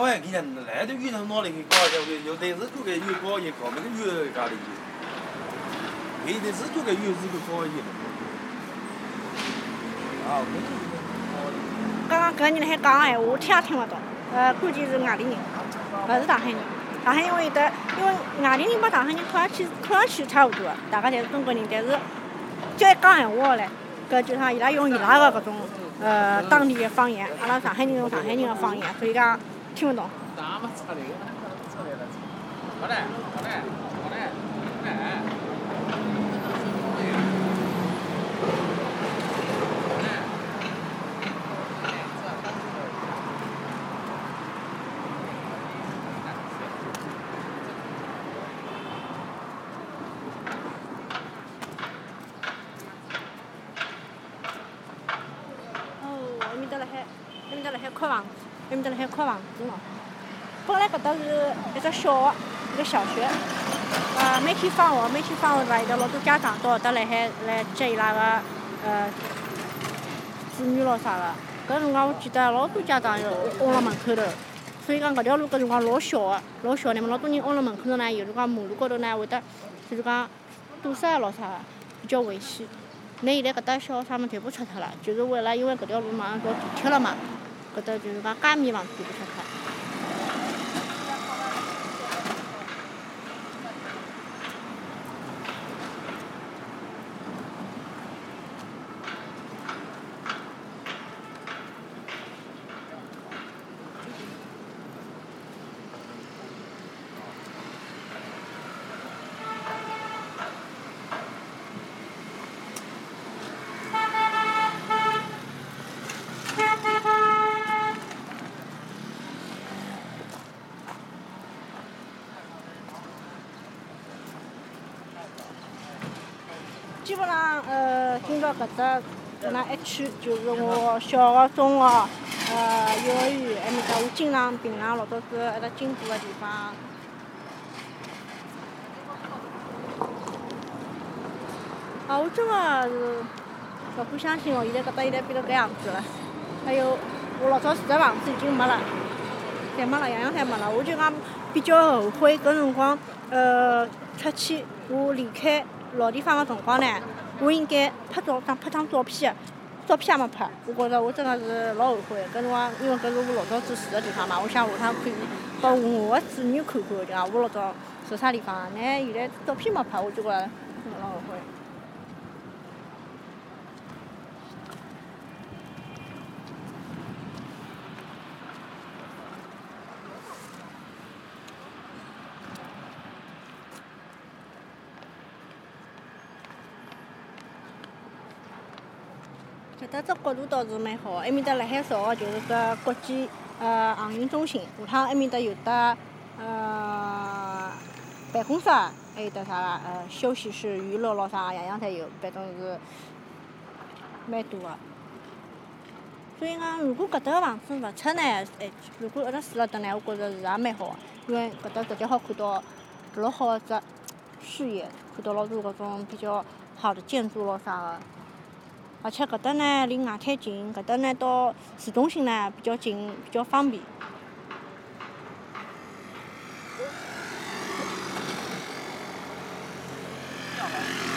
哎，你看那的鱼头拿来给搞一下，有的是就给鱼搞一搞，那个鱼搞的鱼，有的是就给鱼是个搞一个。啊， 刚刚跟你那些讲闲话，我听也听不懂。呃，估计是外地人，不是上海人。上海人我有得，因为外地人帮上海人看上去看上去差不多，大家侪是中国人，但是就一讲闲话嘞，搿就像伊拉用伊拉个搿种呃当地的方言，阿拉上海人用上海人的方言，所以讲听不懂。 打嘛，出来了，出来了。好嘞，好嘞，好嘞，哎。 盖房子，埃面搭辣海盖房子喏。本来搿搭是一只小学，一个小学。呃，每天放学，每天放学是伐？有得老多家长到搿搭来海来接伊拉个呃子女咯啥个。搿辰光我记得老多家长要拥辣门口头，所以讲搿条路搿辰光老小个，老小呢嘛，老多人拥辣门口头呢，有辰光马路高头呢会得就是讲堵塞咯啥个，比较危险。那现在搿搭小学生们全部拆脱了，就是为了因为搿条路马上到地铁了嘛。搿搭就是讲街面房子全部拆脱。基本上，呃，今朝搿搭搿能一区就是我小学、中学、呃幼儿园埃面搭，我经常平常老早子一直经过个地方。啊，我真个是勿敢相信哦！现在搿搭现在变成搿样子了。还有，我老早住的房子已经没了，侪没了，样样侪没了。我就讲比较后悔搿辰光，呃，出去我离开老地方个辰光呢，我应该拍照张拍张照片个，照片也没拍。我觉着我真个是老后悔。搿辰光因为搿是我老早子住个地方嘛，我想下趟可以拨我个子女看看，就讲我老早住啥地方。呢现在照片没拍，我就觉着真个老后悔。搿搭只角度倒是蛮好个，埃面搭辣海造个就是搿国际呃航运中心，下趟埃面搭有得呃办公室，还有得啥个呃休息室、娱乐咯啥个，样样侪有，反正是蛮多个。所以讲，如果搿搭个房子勿拆呢，哎，如果一直住辣搭呢，我觉着是也蛮好个，因为搿搭直接好看到老好个只视野，看到老多搿种比较好的建筑咯啥个。而且搿搭呢离外滩近，搿搭呢到市中心呢比较近，比较方便。 要